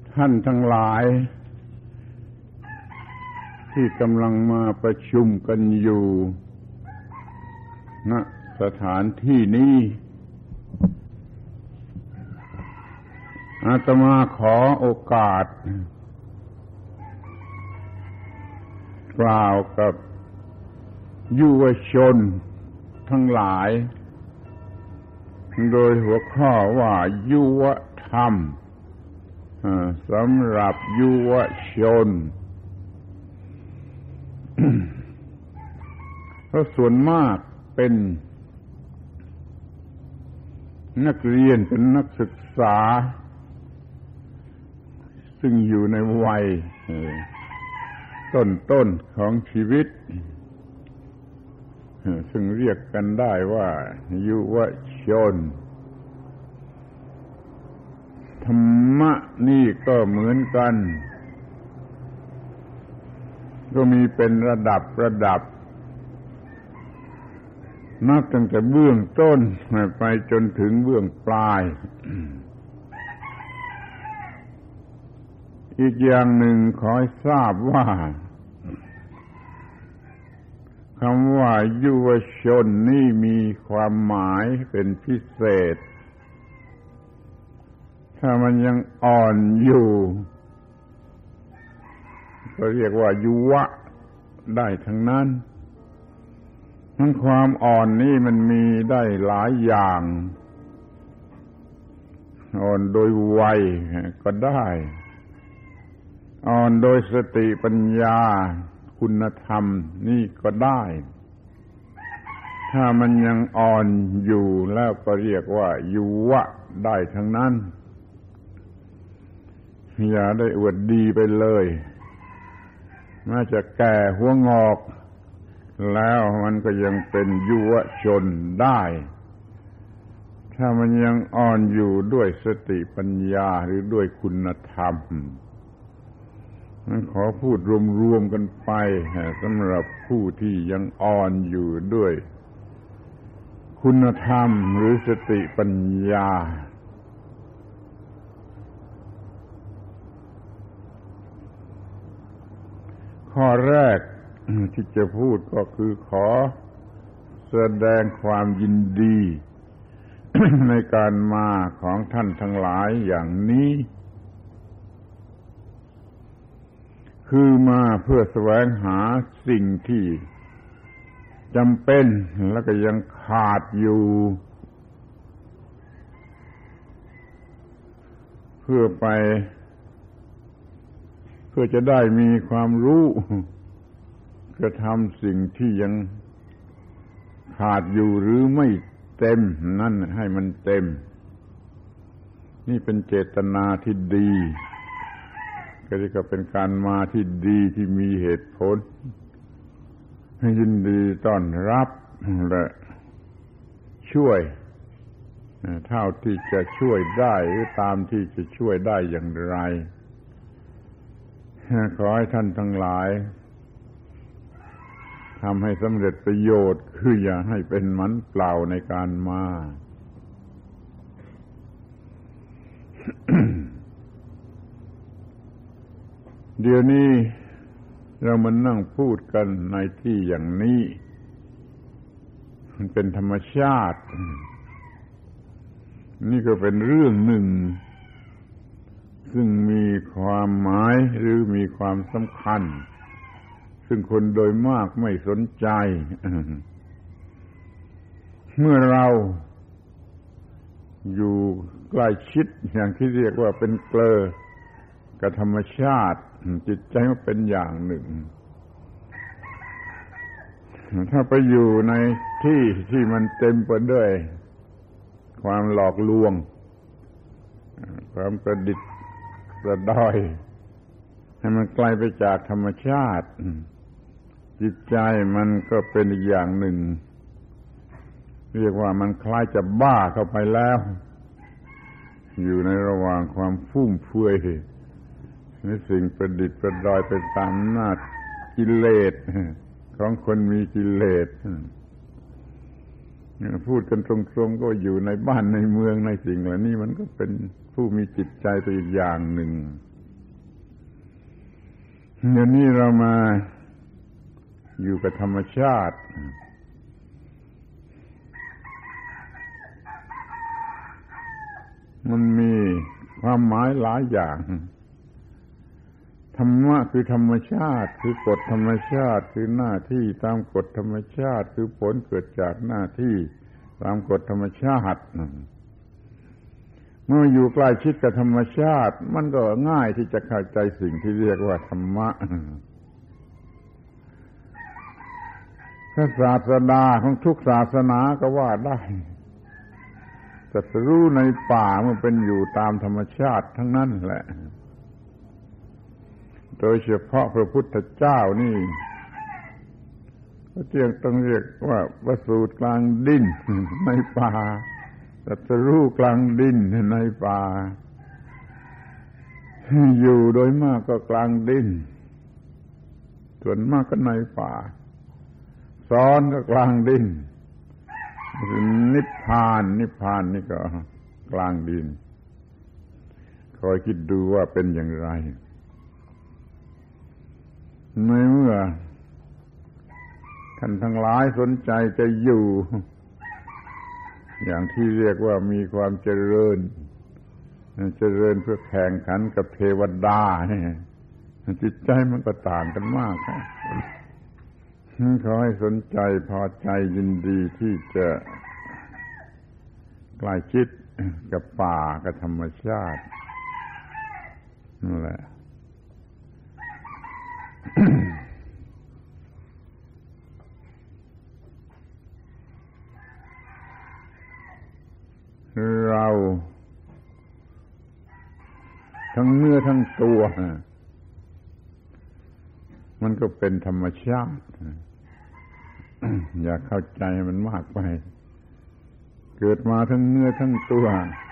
ท่านทั้งหลายที่กำลังมาประชุมกันอยู่ณสถานที่นี้อาตมาขอโอกาสกล่าวกับยุวชนทั้งหลายโดยหัวข้อว่ายุวธรรมสำหรับยุวชน เพราะส่วนมากเป็นนักเรียนเป็นนักศึกษาซึ่งอยู่ในวัยต้นของชีวิตซึ่งเรียกกันได้ว่ายุวชนธรรมะนี่ก็เหมือนกันก็มีเป็นระดับนับตั้งแต่เบื้องต้นไปจนถึงเบื้องปลายอีกอย่างหนึ่งขอให้ทราบว่าคำว่ายุวชนนี่มีความหมายเป็นพิเศษถ้ามันยังอ่อนอยู่ก็เรียกว่ายุวะได้ทั้งนั้นทั้งความอ่อนนี่มันมีได้หลายอย่างอ่อนโดยวัยก็ได้อ่อนโดยสติปัญญาคุณธรรมนี่ก็ได้ถ้ามันยังอ่อนอยู่แล้วก็เรียกว่ายุวะได้ทั้งนั้นอย่าได้อวดดีไปเลยแม้จะแก่หัวงอกแล้วมันก็ยังเป็นยุวชนได้ถ้ามันยังอ่อนอยู่ด้วยสติปัญญาหรือด้วยคุณธรรมขอพูดรวมๆกันไปสำหรับผู้ที่ยังอ่อนอยู่ด้วยคุณธรรมหรือสติปัญญาข้อแรกที่จะพูดก็คือขอแสดงความยินดี ในการมาของท่านทั้งหลายอย่างนี้คือมาเพื่อแสวงหาสิ่งที่จำเป็นแล้วก็ยังขาดอยู่เพื่อจะได้มีความรู้กระทำสิ่งที่ยังขาดอยู่หรือไม่เต็มนั่นให้มันเต็มนี่เป็นเจตนาที่ดีก็เรียกว่าเป็นการมาที่ดีที่มีเหตุผลให้ยินดีต้อนรับและช่วยเท่าที่จะช่วยได้หรือตามที่จะช่วยได้อย่างไรขอให้ท่านทั้งหลายทำให้สำเร็จประโยชน์คืออย่าให้เป็นหมันเปล่าในการมา เดี๋ยวนี้เรามานั่งพูดกันในที่อย่างนี้มันเป็นธรรมชาตินี่ก็เป็นเรื่องหนึ่งซึ่งมีความหมายหรือมีความสำคัญซึ่งคนโดยมากไม่สนใจเมื่อเราอยู่ใกล้ชิดอย่างที่เรียกว่าเป็นเกลอกับธรรมชาติจิตใจมันเป็นอย่างหนึ่งถ้าไปอยู่ในที่ที่มันเต็มไปด้วยความหลอกลวงความประดิษฐ์ประดอยให้มันไกลไปจากธรรมชาติจิตใจมันก็เป็นอีกอย่างหนึ่งเรียกว่ามันคล้ายจะบ้าเข้าไปแล้วอยู่ในระหว่างความฟุ่มเฟือยในสิ่งประดิษฐ์ประดอยไปตามอำนาจกิเลสของคนมีกิเลสพูดกันตรงๆก็อยู่ในบ้านในเมืองในสิ่งเหล่านี้มันก็เป็นผู้มีจิตใจตัวอีกอย่างหนึ่งเดี๋ยวนี้เรามาอยู่กับธรรมชาติมันมีความหมายหลายอย่างธรรมะคือธรรมชาติคือกฎธรรมชาติคือหน้าที่ตามกฎธรรมชาติคือผลเกิดจากหน้าที่ตามกฎธรรมชาติเมื่ออยู่ใกล้ชิดกับธรรมชาติมันก็ง่ายที่จะเข้าใจสิ่งที่เรียกว่าธรรมะถ้าศาสดาของทุกศาสนาก็ว่าได้ตรัสรู้ในป่ามันเป็นอยู่ตามธรรมชาติทั้งนั้นแหละโดยเฉพาะพระพุทธเจ้านี่ก็ต้องเรียกว่าประสูติกลางดินในป่าตรัสรู้กลางดินในป่าอยู่โดยมากก็กลางดินส่วนมากก็ในป่าสอนก็กลางดินนิพพานนี่ก็กลางดินคอยคิดดูว่าเป็นอย่างไรในเมื่อท่านทั้งหลายสนใจจะอยู่อย่างที่เรียกว่ามีความเจริญเพื่อแข่งขันกับเทวดาจิตใจมันก็ต่างกันมากขอให้สนใจพอใจยินดีที่จะใกล้ชิดกับป่ากับธรรมชาตินั่นแหละ เราทั้งเนื้อทั้งตัวมันก็เป็นธรรมชาติอย่าเข้าใจมันมากไปเกิดมาทั้งเนื้อทั้งตัว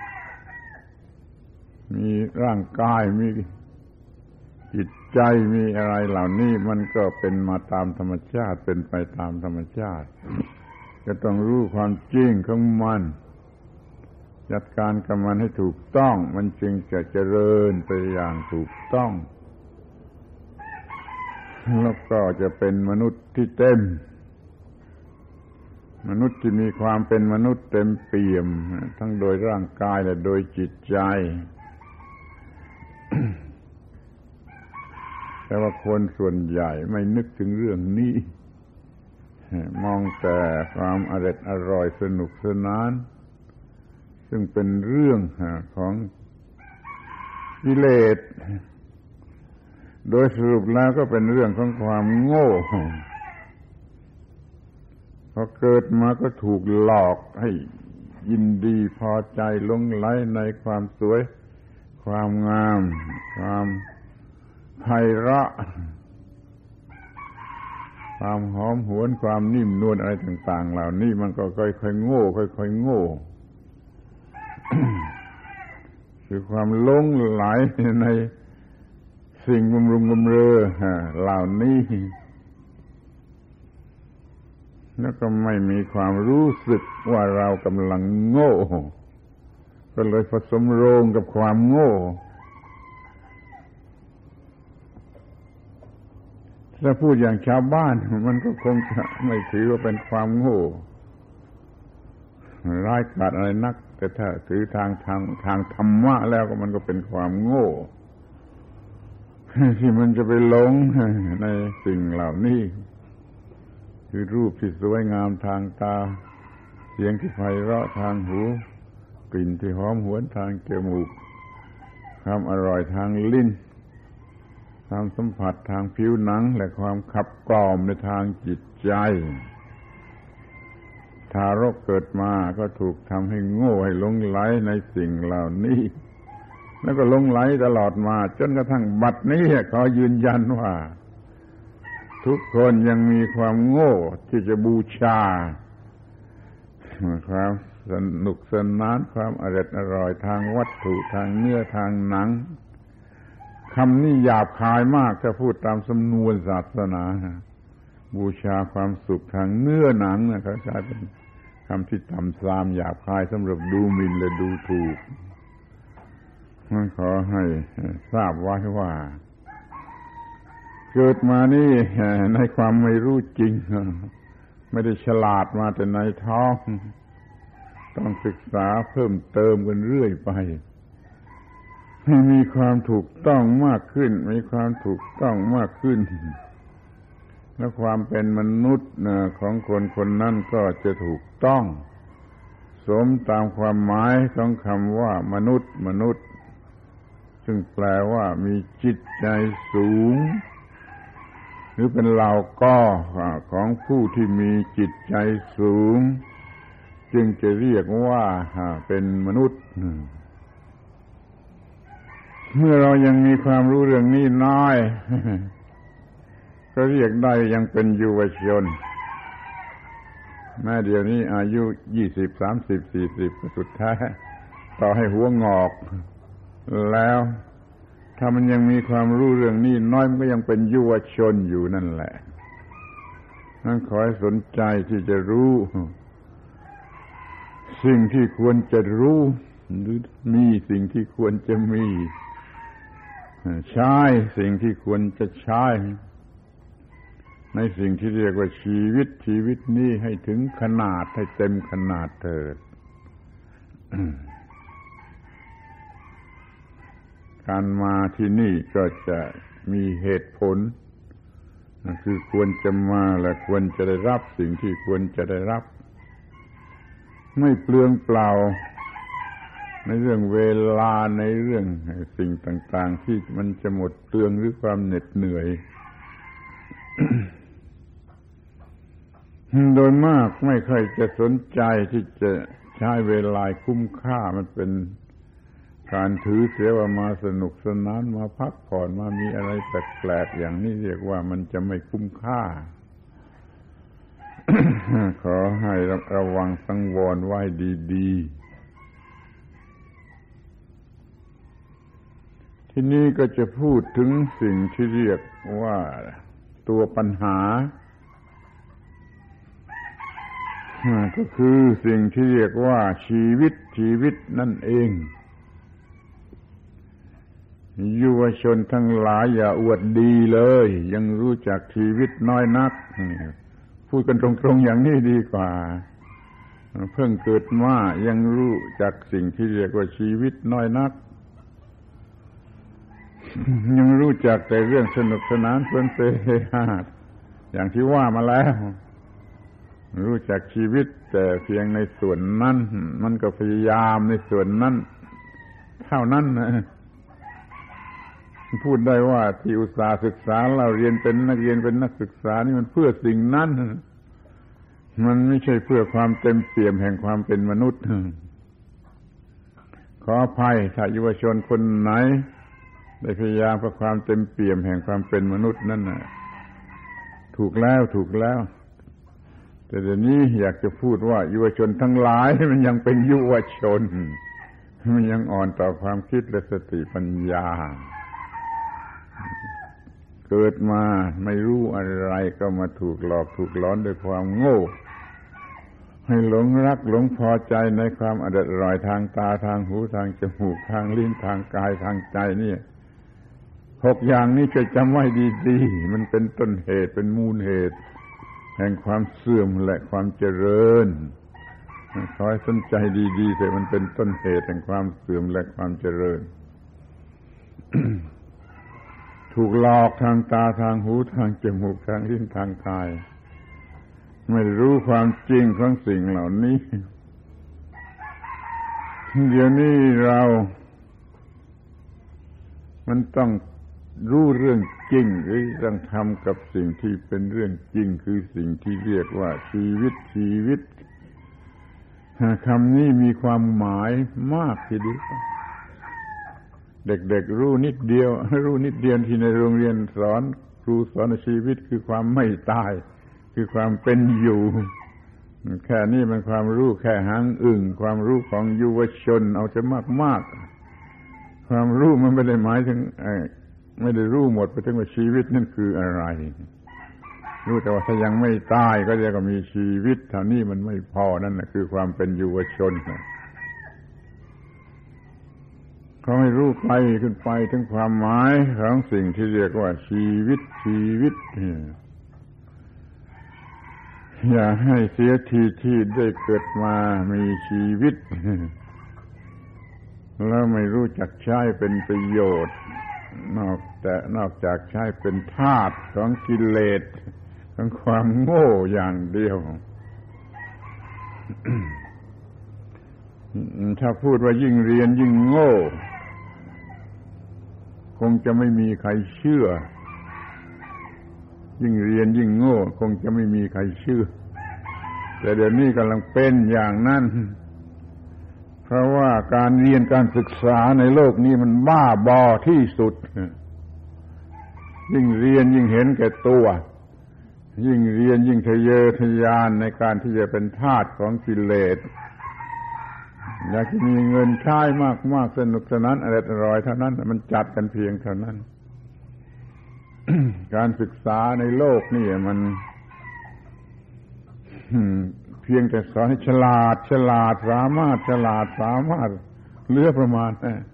มีร่างกายมีจิตใจมีอะไรเหล่านี้มันก็เป็นมาตามธรรมชาติเป็นไปตามธรรมชาติก็ต้องรู้ความจริงของมันจัดการกับมันให้ถูกต้องมันจึงจะเจริญไปอย่างถูกต้องแล้วก็จะเป็นมนุษย์ที่เต็มมนุษย์ที่มีความเป็นมนุษย์เต็มเปี่ยมทั้งโดยร่างกายและโดยจิตใจ แต่ว่าคนส่วนใหญ่ไม่นึกถึงเรื่องนี้มองแต่ความอร่อยสนุกสนานซึ่งเป็นเรื่องของกิเลสโดยสรุปแล้วก็เป็นเรื่องของความโง่พอเกิดมาก็ถูกหลอกให้ยินดีพอใจหลงใหลในความสวยความงามความไพเราะความหอมหวนความนิ่มนวลอะไรต่างๆเหล่านี้มันก็ค่อยๆโง่ค่อยๆโง่ คือความหลงไหลในสิ่งบำรุงบำเรอเหล่านี้แล้วก็ไม่มีความรู้สึกว่าเรากำลังโง่ก็เลยผสมโรงกับความโง่ถ้าพูดอย่างชาวบ้านมันก็คงไม่ถือว่าเป็นความโง่ร้ายกาจอะไรนักแต่ถ้าถือทางธรรมะแล้วก็มันก็เป็นความโง่ที่มันจะไปหลงในสิ่งเหล่านี้คือรูปที่สวยงามทางตาเสียงที่ไพเราะทางหูกลิ่นที่หอมหวนทางจมูกความอร่อยทางลิ้นความสัมผัสทางผิวหนังและความขับกล่อมในทางจิตใจทารกเกิดมาก็ถูกทำให้โง่ให้หลงไหลในสิ่งเหล่านี้แล้วก็หลงไหลตลอดมาจนกระทั่งบัดนี้ขอยืนยันว่าทุกคนยังมีความโง่ที่จะบูชาความสนุกสนานความอร่อยทางวัตถุทางเนื้อทางหนังคำนี้หยาบคายมากถ้าพูดตามสำนวนศาสนาบูชาความสุขทางเนื้อหนังเขาใช้เป็นคำที่ต่ำทรามหยาบคายสำหรับดูหมิ่นและดูถูกขอให้ทราบไว้ว่าเกิดมานี่ในความไม่รู้จริงไม่ได้ฉลาดมาแต่ในท้องต้องศึกษาเพิ่มเติมกันเรื่อยไปให้มีความถูกต้องมากขึ้นมีความถูกต้องมากขึ้นและความเป็นมนุษย์ของคนคนนั้นก็จะถูกต้องสมตามความหมายของคำว่ามนุษย์ซึ่งแปลว่ามีจิตใจสูงหรือเป็นเหล่าก้อของผู้ที่มีจิตใจสูงจึงจะเรียกว่าเป็นมนุษย์เมื่อเรายังมีความรู้เรื่องนี้น้อยก็เรียกได้ยังเป็นเยาวชนแม้เดี๋ยวนี้อายุ20 30 40สุดท้ายต่อให้หัวงอกแล้วถ้ามันยังมีความรู้เรื่องนี้น้อยมันก็ยังเป็นเยาวชนอยู่นั่นแหละนั่นขอให้สนใจที่จะรู้สิ่งที่ควรจะรู้หรือมีสิ่งที่ควรจะมีใช้สิ่งที่ควรจะใช้ในสิ่งที่เรียกว่าชีวิตนี้ให้ถึงขนาดให้เต็มขนาดเถิด การมาที่นี่ก็จะมีเหตุผลคือควรจะมาและควรจะได้รับสิ่งที่ควรจะได้รับไม่เปลืองเปล่าในเรื่องเวลาในเรื่องสิ่งต่างๆที่มันจะหมดเปลืองหรือความเหน็ดเหนื่อย โดยมากไม่ค่อยจะสนใจที่จะใช้เวลาคุ้มค่ามันเป็นการถือเสียว่ามาสนุกสนานมาพักผ่อนมามีอะไรแปลกๆอย่างนี้เรียกว่ามันจะไม่คุ้มค่า ขอให้ระวังสังวรไว้ดีๆที่นี่ก็จะพูดถึงสิ่งที่เรียกว่าตัวปัญหาก็คือสิ่งที่เรียกว่าชีวิตนั่นเองเยาวชนทั้งหลายอย่าอวดดีเลยยังรู้จักชีวิตน้อยนักพูดกันตรงๆอย่างนี้ดีกว่าเพิ่งเกิดมายังรู้จักสิ่งที่เรียกว่าชีวิตน้อยนักยังรู้จักแต่เรื่องสนุกสนานเพลินเฮฮาอย่างที่ว่ามาแล้วรู้จักชีวิตแต่เพียงในส่วนนั้นมันก็พยายามในส่วนนั้นเท่านั้นนะพูดได้ว่าที่อุตสาห์ศึกษาเราเรียนเป็นนักเรียนเป็นนักศึกษานี่มันเพื่อสิ่งนั้นมันไม่ใช่เพื่อความเต็มเปี่ยมแห่งความเป็นมนุษย์ขออภัยถ้าเยาวชนคนไหนได้พยายามเพื่อความเต็มเปี่ยมแห่งความเป็นมนุษย์นั่นน่ะถูกแล้วแต่เดี๋ยวนี้อยากจะพูดว่าเยาวชนทั้งหลายมันยังเป็นเยาวชนมันยังอ่อนต่อความคิดและสติปัญญาเกิดมาไม่รู้อะไรก็มาถูกหลอกถูกหลอนด้วยความโง่ให้หลงรักหลงพอใจในความอร่อยทางตาทางหูทางจมูกทางลิ้นทางกายทางใจนี่6อย่างนี้ช่วยจำไว้ดีๆมันเป็นต้นเหตุเป็นมูลเหตุแห่งความเสื่อมและความเจริญขอให้สนใจดีๆเถอะมันเป็นต้นเหตุแห่งความเสื่อมและความเจริญ ถูกหลอกทางตาทางหูทางจมูกทางลิ้นทางกายไม่รู้ความจริงของสิ่งเหล่านี้เดี๋ยวนี้มันต้องรู้เรื่องจริงหรือต้องทำกับสิ่งที่เป็นเรื่องจริงคือสิ่งที่เรียกว่าชีวิตคำนี้มีความหมายมากทีเดียวเด็กๆรู้นิดเดียวที่ในโรงเรียนสอนครูสอนชีวิตคือความไม่ตายคือความเป็นอยู่แค่นี้มันความรู้แค่หางอึ่งความรู้ของเยาวชนเอาจะมากความรู้มันไม่ได้หมายถึงไม่ได้รู้หมดไปถึงว่าชีวิตนั่นคืออะไรรู้แต่ว่าถ้ายังไม่ตายก็เรียกว่ามีชีวิตเท่านี้มันไม่พอนั่นแหละคือความเป็นเยาวชนขเขาให้รู้ไปขึ้นไปถึงความหมายของสิ่งที่เรียกว่าชีวิตอย่าให้เสียทีที่ได้เกิดมามีชีวิตแล้วไม่รู้จักใช้เป็นประโยชน์นอกจากใช้เป็นทาสของกิเลสของความโง่อย่างเดียว ถ้าพูดว่ายิ่งเรียนยิ่งโง่คงจะไม่มีใครเชื่อยิ่งเรียนยิ่งโง่คงจะไม่มีใครเชื่อแต่เดี๋ยวนี้กำลังเป็นอย่างนั้นเพราะว่าการเรียนการศึกษาในโลกนี้มันบ้าบอที่สุดยิ่งเรียนยิ่งเห็นแก่ตัวยิ่งเรียนยิ่งทะเยอทะยานในการที่จะเป็นทาสของกิเลสอยากจะมีเงินใช้มากๆสนุกสนานอร่อยเท่านั้นมันจัดกันเพียงเท่านั้น การศึกษาในโลกนี่มันเพียงแต่สอนให้ฉลาดสามารถเหลือประมาณ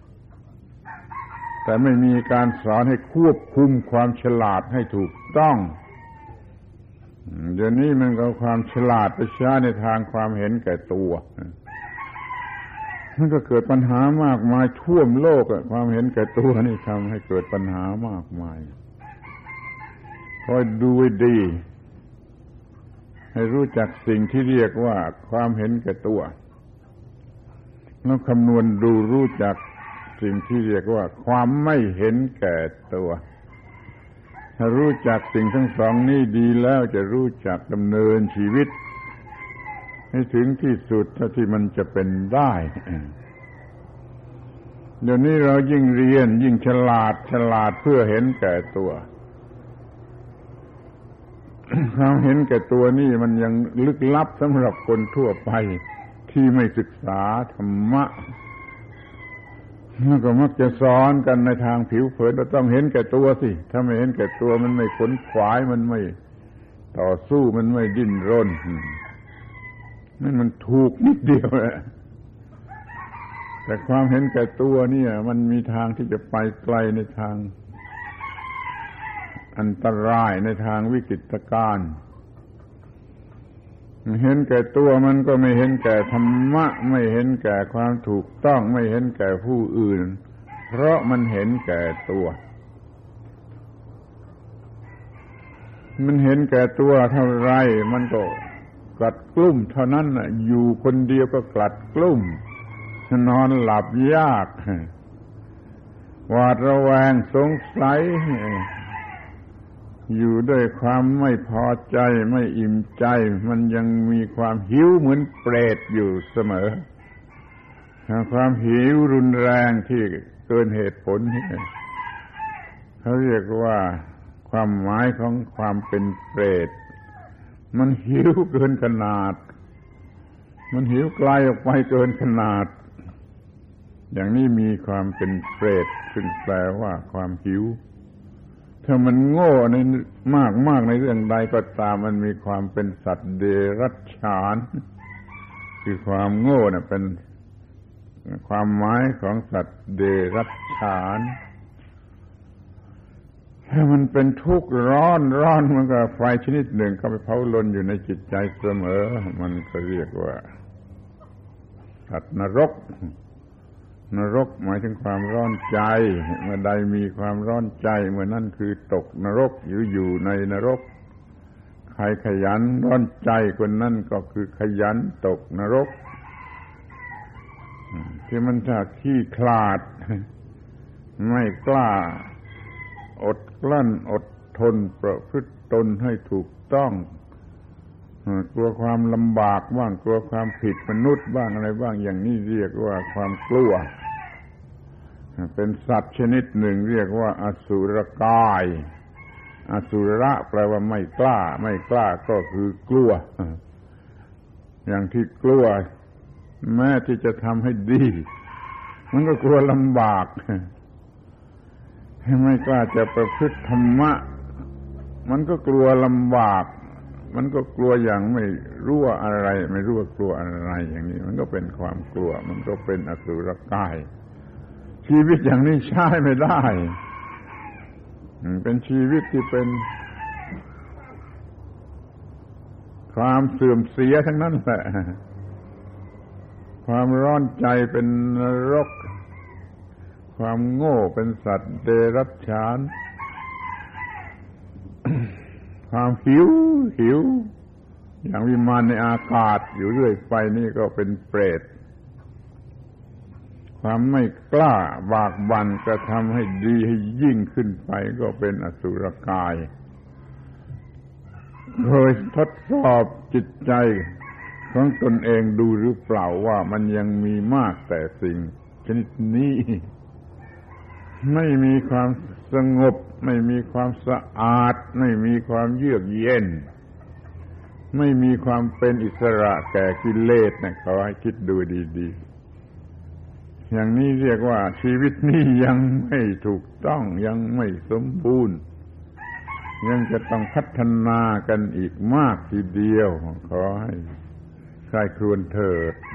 แต่ไม่มีการสอนให้ควบคุมความฉลาดให้ถูกต้องเดี๋ยวนี้มันเอาความฉลาดไปใช้ในทางความเห็นแก่ตัวมันก็เกิดปัญหามากมายท่วมโลกความเห็นแก่ตัวนี่ทำให้เกิดปัญหามากมายคอยดูให้ดีให้รู้จักสิ่งที่เรียกว่าความเห็นแก่ตัวแล้วคำนวณดูรู้จักสิ่งที่เรียกว่าความไม่เห็นแก่ตัวถ้ารู้จักสิ่งทั้งสองนี้ดีแล้วจะรู้จักดำเนินชีวิตให้ถึงที่สุดเท่าที่มันจะเป็นได้เดี๋ยวนี้เรายิ่งเรียนยิ่งฉลาดเพื่อเห็นแก่ตัวความเห็นแก่ตัวนี่มันยังลึกลับสำหรับคนทั่วไปที่ไม่ศึกษาธรรมะก็มักจะสอนกันในทางผิวเผินเราต้องเห็นแก่ตัวสิถ้าไม่เห็นแก่ตัวมันไม่ขนขวายมันไม่ต่อสู้มันไม่ดิ้นรนนั่นมันถูกนิดเดียวแหละแต่ความเห็นแก่ตัวเนี่ยมันมีทางที่จะไปไกลในทางอันตรายในทางวิกฤตการณ์เห็นแก่ตัวมันก็ไม่เห็นแก่ธรรมะไม่เห็นแก่ความถูกต้องไม่เห็นแก่ผู้อื่นเพราะมันเห็นแก่ตัวมันเห็นแก่ตัวเท่าไรมันก็กลัดกลุ้มเท่านั้นน่ะอยู่คนเดียวก็กลัดกลุ้มนอนหลับยากหวาดระแวงสงสัยอยู่ด้วยความไม่พอใจไม่อิ่มใจมันยังมีความหิวเหมือนเปรตอยู่เสมอความหิวรุนแรงที่เกินเหตุผลนี่เขาเรียกว่าความหมายของความเป็นเปรตมันหิวเกินขนาดมันหิวไกลออกไปเกินขนาดอย่างนี้มีความเป็นเปรตซึ่งแปลว่าความหิวถ้ามันโง่ในมากในเรื่องใดก็ตามมันมีความเป็นสัตว์เดรัจฉานคือความโง่น่ะเป็นความหมายของสัตว์เดรัจฉานถ้ามันเป็นทุกข์ร้อนมันก็ไฟชนิดหนึ่งเข้าไปเผาลนอยู่ในจิตใจเสมอมันก็เรียกว่าสัตว์นรกหมายถึงความร้อนใจเมื่อใดมีความร้อนใจเมื่อนั้นคือตกนรกอยู่ในนรกใครขยันร้อนใจคนนั้นก็คือขยันตกนรกที่มันจากขี้คลาดไม่กล้าอดกลั้นอดทนประพฤติตนให้ถูกต้องกลัวความลำบากบ้างกลัวความผิดมนุษย์บ้างอะไรบ้างอย่างนี้เรียกว่าความกลัวเป็นสัตว์ชนิดหนึ่งเรียกว่าอสุรกายอสุระแปลว่าไม่กล้าก็คือกลัวอย่างที่กลัวแม้ที่จะทำให้ดีมันก็กลัวลำบากไม่กล้าจะประพฤติธรรมะมันก็กลัวลำบากมันก็กลัวอย่างไม่รู้ว่าอะไรไม่รู้ว่ากลัวอะไรอย่างนี้มันก็เป็นความกลัวมันก็เป็นอสุรกายชีวิตอย่างนี้ใช้ไม่ได้เป็นชีวิตที่เป็นความเสื่อมเสียทั้งนั้นแหละความร้อนใจเป็นนรกความโง่เป็นสัตว์เดรัจฉานความหิวอย่างวิมานในอากาศอยู่เรื่อยไปนี่ก็เป็นเปรตความไม่กล้าบากบั่นกระทำให้ดีให้ยิ่งขึ้นไปก็เป็นอสุรกายเคยทดสอบจิตใจของตนเองดูหรือเปล่าว่ามันยังมีมากแต่สิ่งชนิดนี้ไม่มีความสงบไม่มีความสะอาดไม่มีความเยือกเย็นไม่มีความเป็นอิสระแก่กิเลสนะขอให้คิดดูดีๆอย่างนี้เรียกว่าชีวิตนี้ยังไม่ถูกต้องยังไม่สมบูรณ์ยังจะต้องพัฒนากันอีกมากทีเดียวขอให้ใคร่ครวญเถิด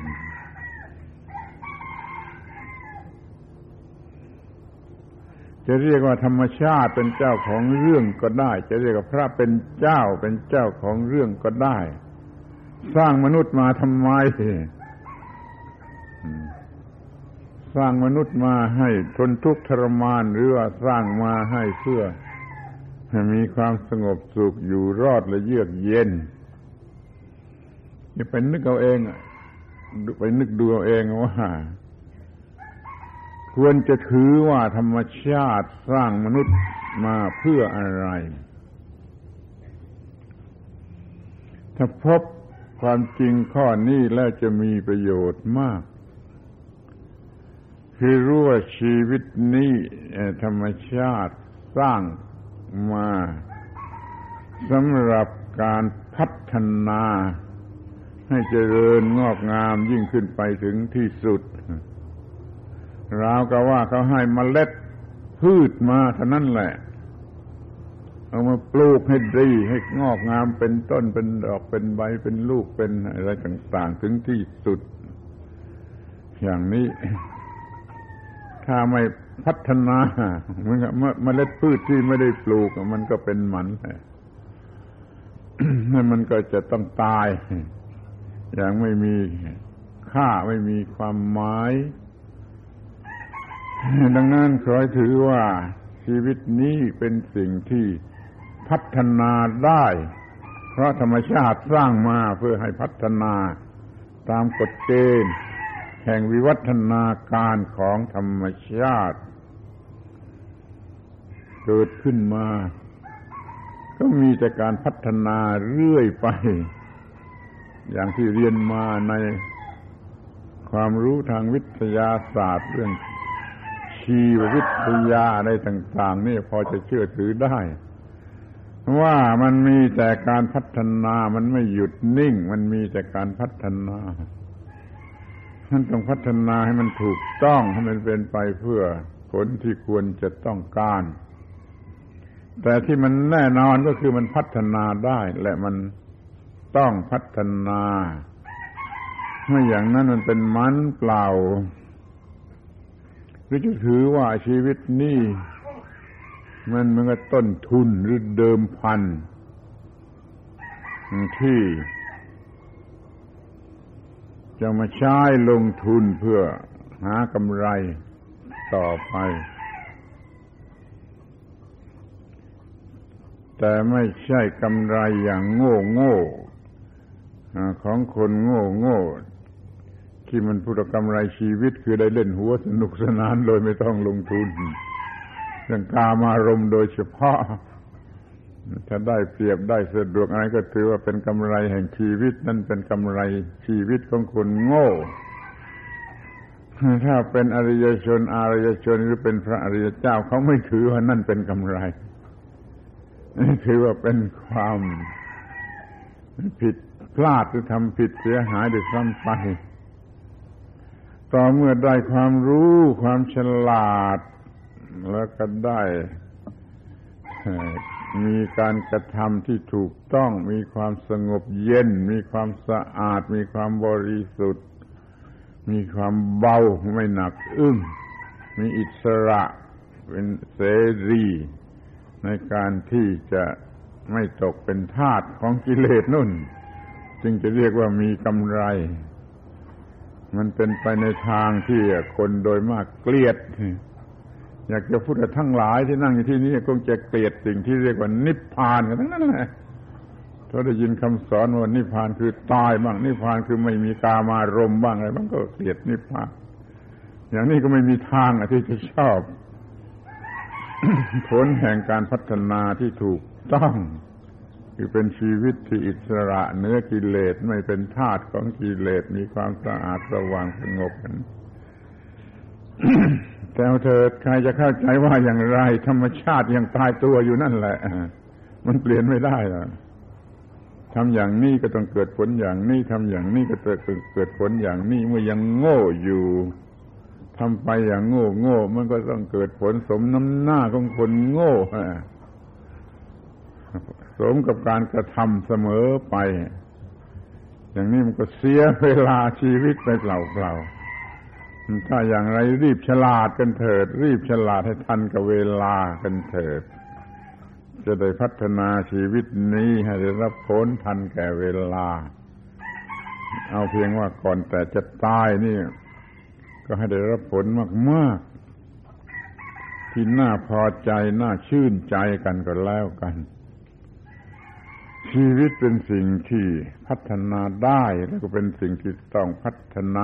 จะเรียกว่าธรรมชาติเป็นเจ้าของเรื่องก็ได้จะเรียกว่าพระเป็นเจ้าของเรื่องก็ได้สร้างมนุษย์มาทำไมสร้างมนุษย์มาให้ทนทุกข์ทรมานหรือว่าสร้างมาให้เพื่อให้มีความสงบสุขอยู่รอดและเยือกเย็นอย่าไปนึกเอาเองไปนึกดูเอาเองว่าควรจะถือว่าธรรมชาติสร้างมนุษย์มาเพื่ออะไรถ้าพบความจริงข้อนี้แล้วจะมีประโยชน์มากคือรู้ว่าชีวิตนี้ธรรมชาติสร้างมาสำหรับการพัฒนาให้เจริญงอกงามยิ่งขึ้นไปถึงที่สุดราวกับว่าเขาให้เมล็ดพืชมาเท่านั้นแหละเอามาปลูกให้ดีให้งอกงามเป็นต้นเป็นดอกเป็นใบเป็นลูกเป็นอะไรต่างๆถึงที่สุดอย่างนี้ถ้าไม่พัฒนาเหมือนกับเมล็ดพืชที่ไม่ได้ปลูกมันก็เป็นหมันนั่นมันก็จะต้องตายอย่างไม่มีค่าไม่มีความหมายดังนั้นขอให้ถือว่าชีวิตนี้เป็นสิ่งที่พัฒนาได้เพราะธรรมชาติสร้างมาเพื่อให้พัฒนาตามกฎเกณฑ์แห่งวิวัฒนาการของธรรมชาติเกิดขึ้นมาก็มีแต่การพัฒนาเรื่อยไปอย่างที่เรียนมาในความรู้ทางวิทยาศาสตร์เรื่องชีววิทยาอะไรต่างๆนี่พอจะเชื่อถือได้ว่ามันมีแต่การพัฒนามันไม่หยุดนิ่งมันมีแต่การพัฒนาท่านต้องพัฒนาให้มันถูกต้องให้มันเป็นไปเพื่อผลที่ควรจะต้องการแต่ที่มันแน่นอนก็คือมันพัฒนาได้และมันต้องพัฒนาไม่อย่างนั้นมันเป็นมันเปล่าหรือจะถือว่าชีวิตนี้มันก็ต้นทุนหรือเดิมพันที่จะมาใช้ลงทุนเพื่อหากำไรต่อไปแต่ไม่ใช่กำไรอย่างโง่ของคนโง่ที่มันพูดกำไรชีวิตคือได้เล่นหัวสนุกสนานโดยไม่ต้องลงทุนเรื่องกามารมณ์โดยเฉพาะถ้าได้เปรียบได้สะดวกอะไรก็ถือว่าเป็นกำไรแห่งชีวิตนั่นเป็นกำไรชีวิตของคนโง่ถ้าเป็นอริยชนหรือเป็นพระอริยเจ้าเขาไม่ถือว่านั่นเป็นกำไรถือว่าเป็นความผิดพลาดหรือทำผิดเสียหายโดยซ้ำไปต่อเมื่อได้ความรู้ความฉลาดแล้วก็ได้มีการกระทำที่ถูกต้องมีความสงบเย็นมีความสะอาดมีความบริสุทธิ์มีความเบาไม่หนักอึ้งมีอิสระเป็นเสรีในการที่จะไม่ตกเป็นทาสของกิเลสนู่นจึงจะเรียกว่ามีกำไรมันเป็นไปในทางที่คนโดยมากเกลียดอยากจะพูดกับทั้งหลายที่นั่งอยู่ที่นี่คงจะเกลียดสิ่งที่เรียกว่านิพพานกันทั้งนั้นแหละถ้าได้ยินคำสอนว่านิพพานคือตายบ้างนิพพานคือไม่มีกามารมณ์บ้างอะไรบ้างก็เกลียดนิพพานอย่างนี้ก็ไม่มีทางที่จะชอบ ผลแห่งการพัฒนาที่ถูกต้องคือเป็นชีวิตที่อิสระเหนือกิเลสไม่เป็นทาสของกิเลสมีความสะอาดสว่างสงบกัน แต่เถิดใครจะเข้าใจว่าอย่างไรธรรมชาติยังตายตัวอยู่นั่นแหละมันเปลี่ยนไม่ได้หรอกทำอย่างนี้ก็ต้องเกิดผลอย่างนี้ทำอย่างนี้ก็จะเกิดผลอย่างนี้เมื่อยังโง่อยู่ทำไปอย่างโง่มันก็ต้องเกิดผลสมน้ำหน้าของคนโง่สมกับการกระทำเสมอไปอย่างนี้มันก็เสียเวลาชีวิตไปเปล่าๆถ้าอย่างไรรีบฉลาดกันเถิดรีบฉลาดให้ทันกับเวลากันเถิดจะได้พัฒนาชีวิตนี้ให้ได้รับผลทันแก่เวลาเอาเพียงว่าก่อนแต่จะตายนี่ก็ให้ได้รับผลมากๆที่น่าพอใจน่าชื่นใจกันก็แล้วกันชีวิตเป็นสิ่งที่พัฒนาได้แล้วก็เป็นสิ่งที่ต้องพัฒนา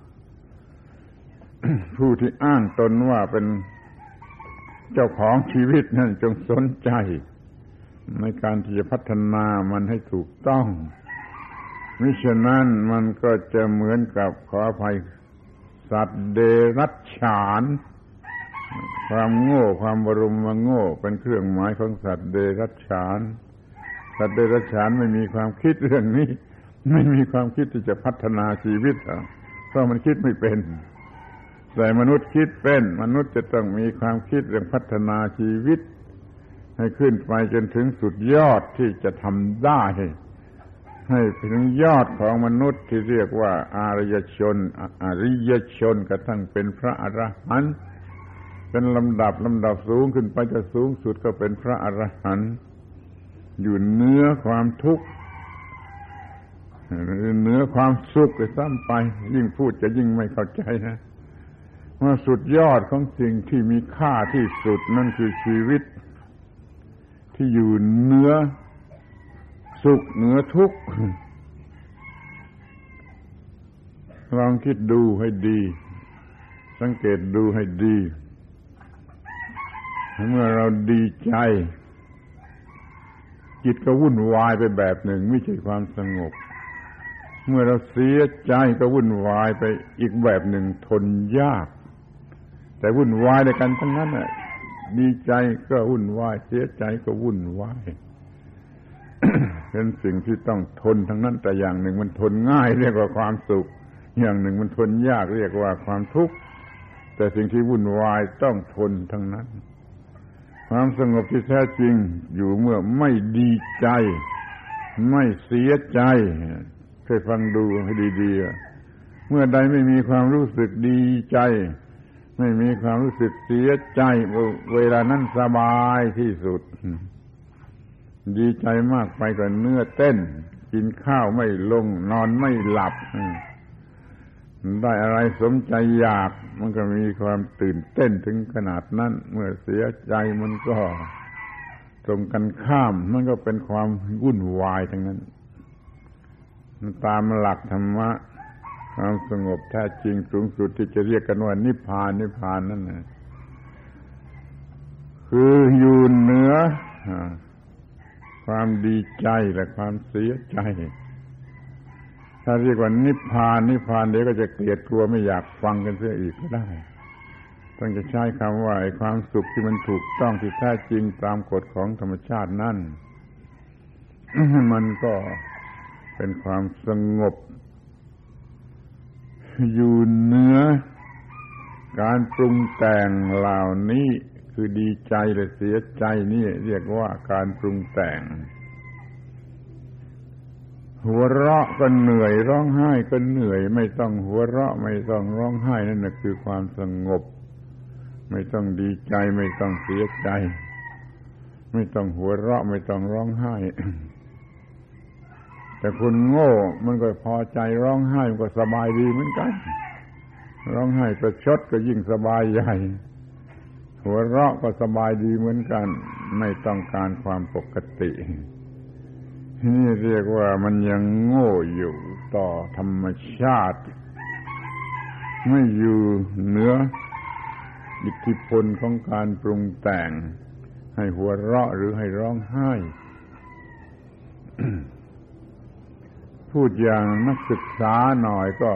ผู้ที่อ้างตนว่าเป็นเจ้าของชีวิตนั่นจงสนใจในการที่จะพัฒนามันให้ถูกต้องมิฉะนั้นมันก็จะเหมือนกับขออภัยสัตว์เดรัจฉานความโง่ความบรมโง่เป็นเครื่องหมายของสัตว์เดรัจฉานสัตว์เดรัจฉานไม่มีความคิดเรื่องนี้ไม่มีความคิดที่จะพัฒนาชีวิตเพราะมันคิดไม่เป็นแต่มนุษย์คิดเป็นมนุษย์จะต้องมีความคิดเรื่องพัฒนาชีวิตให้ขึ้นไปจนถึงสุดยอดที่จะทำได้ให้ถึงยอดของมนุษย์ที่เรียกว่าอริยชนกระทั่งเป็นพระอรหันต์เป็นลำดับสูงขึ้นไปจะสูงสุดก็เป็นพระอรหันต์อยู่เหนือความทุกข์เหนือความสุขไปซ้ำไปยิ่งพูดจะยิ่งไม่เข้าใจนะว่าสุดยอดของสิ่งที่มีค่าที่สุดนั่นคือชีวิตที่อยู่เหนือสุขเหนือทุกข์ลองคิดดูให้ดีสังเกตดูให้ดีเมื่อเราดีใจจิตก็วุ่นวายไปแบบหนึ่งไม่ใช่ความสงบเมื่อเราเสียใจก็วุ่นวายไปอีกแบบหนึ่งทนยากแต่วุ่นวายด้วยกันทั้งนั้นน่ะดีใจก็วุ่นวายเสียใจก็วุ่นวาย เป็นสิ่งที่ต้องทนทั้งนั้นแต่อย่างหนึ่งมันทนง่ายเรียกว่าความสุขอย่างหนึ่งมันทนยากเรียกว่าความทุกข์แต่สิ่งที่วุ่นวายต้องทนทั้งนั้นความสงบที่แท้จริงอยู่เมื่อไม่ดีใจไม่เสียใจเคยฟังดูให้ดีๆเมื่อใดไม่มีความรู้สึกดีใจไม่มีความรู้สึกเสียใจเวลานั้นสบายที่สุดดีใจมากไปก็เนื้อเต้นกินข้าวไม่ลงนอนไม่หลับได้อะไรสมใจอยากมันก็มีความตื่นเต้นถึงขนาดนั้นเมื่อเสียใจมันก็ตรงกันข้ามมันก็เป็นความวุ่นวายทั้งนั้นตามหลักธรรมะความสงบแท้จริงสูงสุดที่จะเรียกกันว่านิพพานนั่นนะคืออยู่เหนือความดีใจและความเสียใจถ้าเรียกว่านิพพานเดี๋ยวก็จะเกลียดกลัวไม่อยากฟังกันเสียอีกก็ได้ต้องจะใช้คำว่าไอ้ความสุขที่มันถูกต้องที่แท้จริงตามกฎของธรรมชาตินั่น มันก็เป็นความสงบอยู่เหนือการปรุงแต่งเหล่านี้คือดีใจและเสียใจนี่เรียกว่าการปรุงแต่งหัวเราะก็เหนื่อยร้องไห้ก็เหนื่อยไม่ต้องหัวเราะไม่ต้องร้องไห้นั่นน่ะคือความสงบไม่ต้องดีใจไม่ต้องเสียใจไม่ต้องหัวเราะไม่ต้องร้องไห้ แต่คนโง่มันก็พอใจร้องไห้มันก็สบายดีเหมือนกันร้องไห้ประชดก็ยิ่งสบายใหญ่หัวเราะก็สบายดีเหมือนกันไม่ต้องการความปกตินี่เรียกว่ามันยังโง่อยู่ต่อธรรมชาติไม่อยู่เหนืออิทธิพลของการปรุงแต่งให้หัวเราะหรือให้ร้องไห้ พูดอย่างนักศึกษาหน่อยก็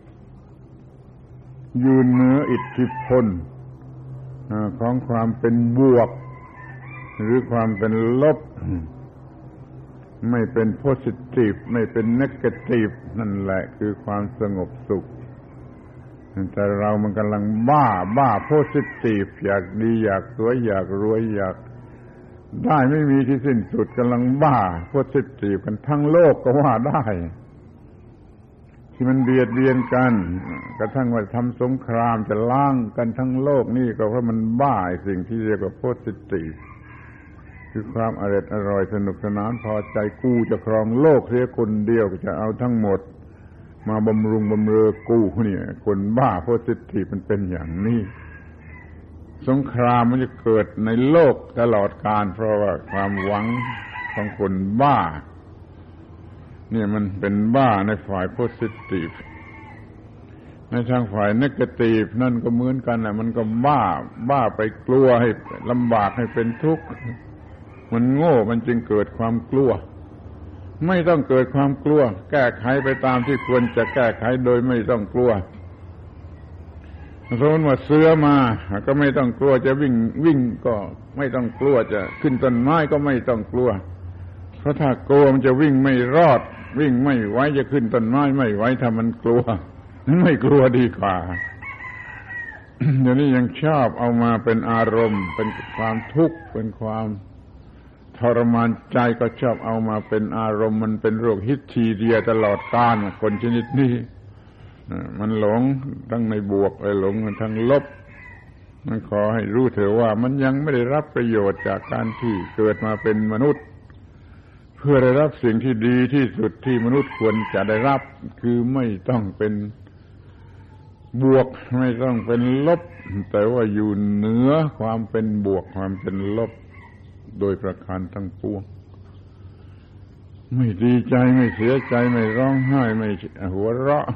อยู่เหนืออิทธิพลของความเป็นบวกหรือความเป็นลบไม่เป็นโพสิทีฟไม่เป็นเนกาทีฟนั่นแหละคือความสงบสุขแต่เรามันกำลังบ้าโพสิทีฟอยากดีอยากสวยอยากรวยอยากได้ไม่มีที่สิ้นสุดกำลังบ้าโพสิทีฟกันทั้งโลกก็ว่าได้ที่มันเบียดเบียนกันกระทั่งว่าทำสงครามจะล้างกันทั้งโลกนี่ก็เพราะมันบ้าสิ่งที่เรียกว่าโพสิทีฟคือความอร่อยสนุกสนานพอใจกูจะครองโลกเสียคนเดียวจะเอาทั้งหมดมาบำรุงบำเรอกูเนี่ยคนบ้าโพสิทีฟมันเป็นอย่างนี้สงครามมันจะเกิดในโลกตลอดกาลเพราะว่าความหวังของคนบ้าเนี่ยมันเป็นบ้าในฝ่ายโพสิทีฟในทางฝ่ายเนกาทีฟนั่นก็เหมือนกันแหละมันก็บ้าไปกลัวให้ลำบากให้เป็นทุกข์มันโง่มันจึงเกิดความกลัวไม่ต้องเกิดความกลัวแก้ไขไปตามที่ควรจะแก้ไขโดยไม่ต้องกลัวสมมติว่าเสือมาก็ไม่ต้องกลัวจะวิ่งก็ไม่ต้องกลัวจะขึ้นต้นไม้ก็ไม่ต้องกลัวเพราะถ้ากลัวมันจะวิ่งไม่รอดวิ่งไม่ไหวจะขึ้นต้นไม้ไม่ไหวถ้ามันกลัวไม่กลัวดีกว่า เดี๋ยวนี้ยังชอบเอามาเป็นอารมณ์เป็นความทุกข์เป็นความทรมานใจก็ชอบเอามาเป็นอารมณ์มันเป็นโรคฮิสทีเรียตลอดกาลคนชนิดนี้มันหลงทั้งในบวกหลงทั้งลบมันขอให้รู้เถอะว่ามันยังไม่ได้รับประโยชน์จากการที่เกิดมาเป็นมนุษย์เพื่อได้รับสิ่งที่ดีที่สุดที่มนุษย์ควรจะได้รับคือไม่ต้องเป็นบวกไม่ต้องเป็นลบแต่ว่าอยู่เหนือความเป็นบวกความเป็นลบโดยประการทั้งปวงไม่ดีใจไม่เสียใจไม่ร้องไห้ไม่หัวเราะ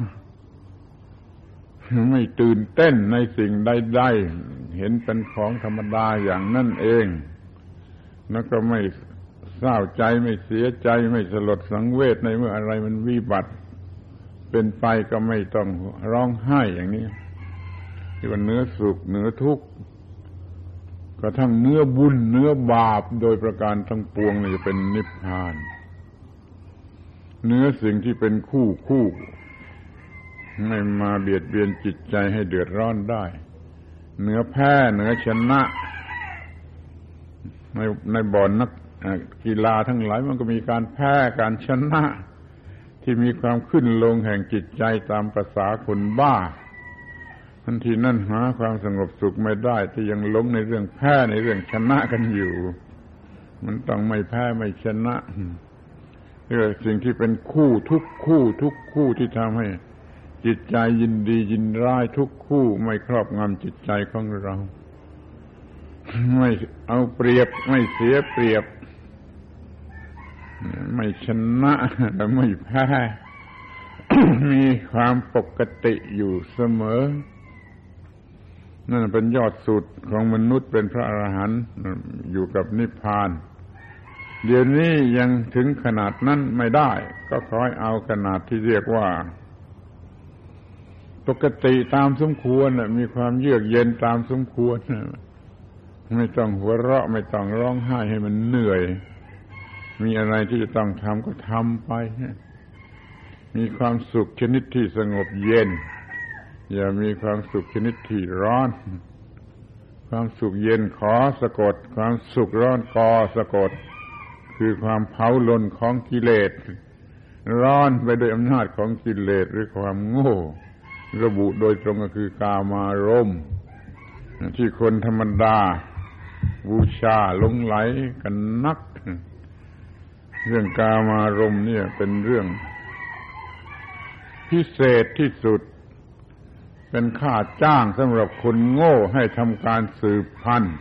ไม่ตื่นเต้นในสิ่งใดๆเห็นเป็นของธรรมดาอย่างนั่นเองแล้วก็ไม่เศร้าใจไม่เสียใจไม่สลดสังเวชในเมื่ออะไรมันวิบัติเป็นไปก็ไม่ต้องร้องไห้อย่างนี้ที่ว่าเนื้อสุขเนื้อทุกข์กระทั่งเนื้อบุญเนื้อบาปโดยประการทั้งปวงนี่จะเป็นนิพพานเนื้อสิ่งที่เป็นคู่ไม่มาเบียดเบียนจิตใจให้เดือดร้อนได้เนื้อแพ้เนื้อชนะในบ่อนนักกีฬาทั้งหลายมันก็มีการแพ้การชนะที่มีความขึ้นลงแห่งจิตใจตามประสาคนบ้าทันทีนั่นหาความสงบสุขไม่ได้ที่ยังหลงในเรื่องแพ้ในเรื่องชนะกันอยู่มันต้องไม่แพ้ไม่ชนะเรื่องสิ่งที่เป็นคู่ทุกคู่ที่ทำให้จิตใจยินดียินร้ายทุกคู่ไม่ครอบงำจิตใจของเราไม่เอาเปรียบไม่เสียเปรียบไม่ชนะและไม่แพ้ มีความปกติอยู่เสมอนั่นเป็นยอดสุดของมนุษย์เป็นพระอรหันต์อยู่กับนิพพานเดี๋ยวนี้ยังถึงขนาดนั้นไม่ได้ก็ขอให้เอาขนาดที่เรียกว่าปกติตามสมควรมีความเยือกเย็นตามสมควรไม่ต้องหัวเราะไม่ต้องร้องไห้ให้มันเหนื่อยมีอะไรที่จะต้องทำก็ทำไปมีความสุขชนิดที่สงบเย็นอย่ามีความสุขชนิดที่ร้อนความสุขเย็นขอสะกดความสุขร้อนกอสะกดคือความเผาลนของกิเลสร้อนไปด้วยอำนาจของกิเลสหรือความโง่ระบุโดยตรงก็คือกามารมณ์ที่คนธรรมดาบูชาหลงไหลกันนักเรื่องกามารมณ์เนี่ยเป็นเรื่องพิเศษที่สุดเป็นค่าจ้างสำหรับคนโง่ให้ทำการสืบพันธุ์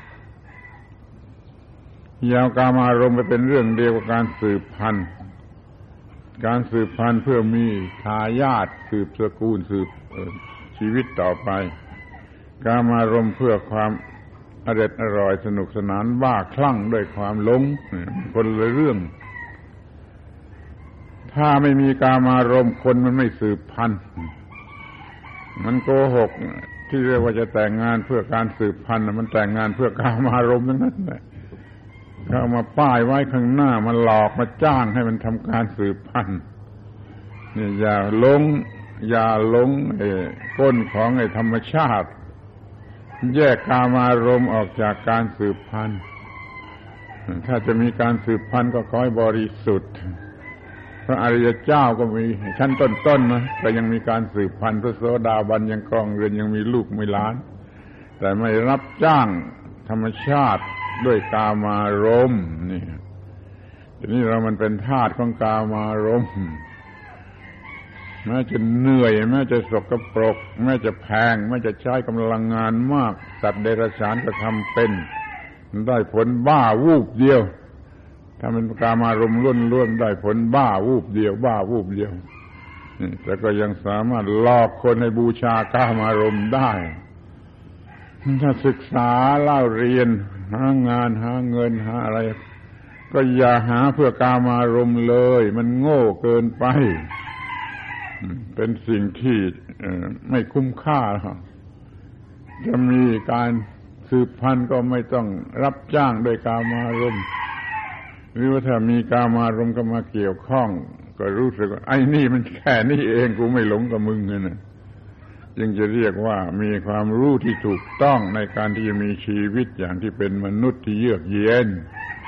ยาวกามารมณ์ไปเป็นเรื่องเดียวกับการสืบพันธุ์การสืบพันธุ์เพื่อมีทายาทสืบตระกูลสืบชีวิตต่อไปกามารมณ์เพื่อความอร่อยสนุกสนานบ้าคลั่งด้วยความหลงคนละเรื่องถ้าไม่มีกามารมณ์คนมันไม่สืบพันธุ์มันโกหกที่เรียกว่าจะแต่งงานเพื่อการสืบพันธุ์มันแต่งงานเพื่อกามารมณ์ทั้งนั้นแหละเขาเอามาป้ายไว้ข้างหน้ามันหลอกมาจ้างให้มันทำการสืบพันธุ์นี่อย่าหลงก้นของไอ้ธรรมชาติแยกกามารมณ์ออกจากการสืบพันธุ์ถ้าจะมีการสืบพันธุ์ก็ขอให้บริสุทธิ์พระอริยเจ้าก็มีชั้นต้นๆนะแต่ยังมีการสืบพันธุ์พระโสดาบันยังครองเรือนยังมีลูกมีหลานแต่ไม่รับจ้างธรรมชาติด้วยกามารมณ์นี่ทีนี้เรามันเป็นทาสของกามารมณ์แม้จะเหนื่อยแม้จะสกปรกแม้จะแพงแม้จะใช้กำลังงานมากสัตว์เดรัจฉานก็ทำเป็นได้ผลบ้าวูบเดียวถ้ามันกามารมณ์ล้วนๆได้ผลบ้าวูบเดียวแต่ก็ยังสามารถหลอกคนให้บูชากามารมณ์ได้ถ้าศึกษาเล่าเรียนหางานหาเงินหาอะไรก็อย่าหาเพื่อกามารมณ์เลยมันโง่เกินไปเป็นสิ่งที่ไม่คุ้มค่าจะมีการสืบพันธุ์ก็ไม่ต้องรับจ้างโดยกามารมณ์หรือว่าถ้ามีกามารมณ์ก็มาเกี่ยวข้องก็รู้สึกว่าไอ้นี่มันแค่นี้เองกูไม่หลงกับมึงนะจึงจะเรียกว่ามีความรู้ที่ถูกต้องในการที่จะมีชีวิตอย่างที่เป็นมนุษย์ที่เยือกเย็น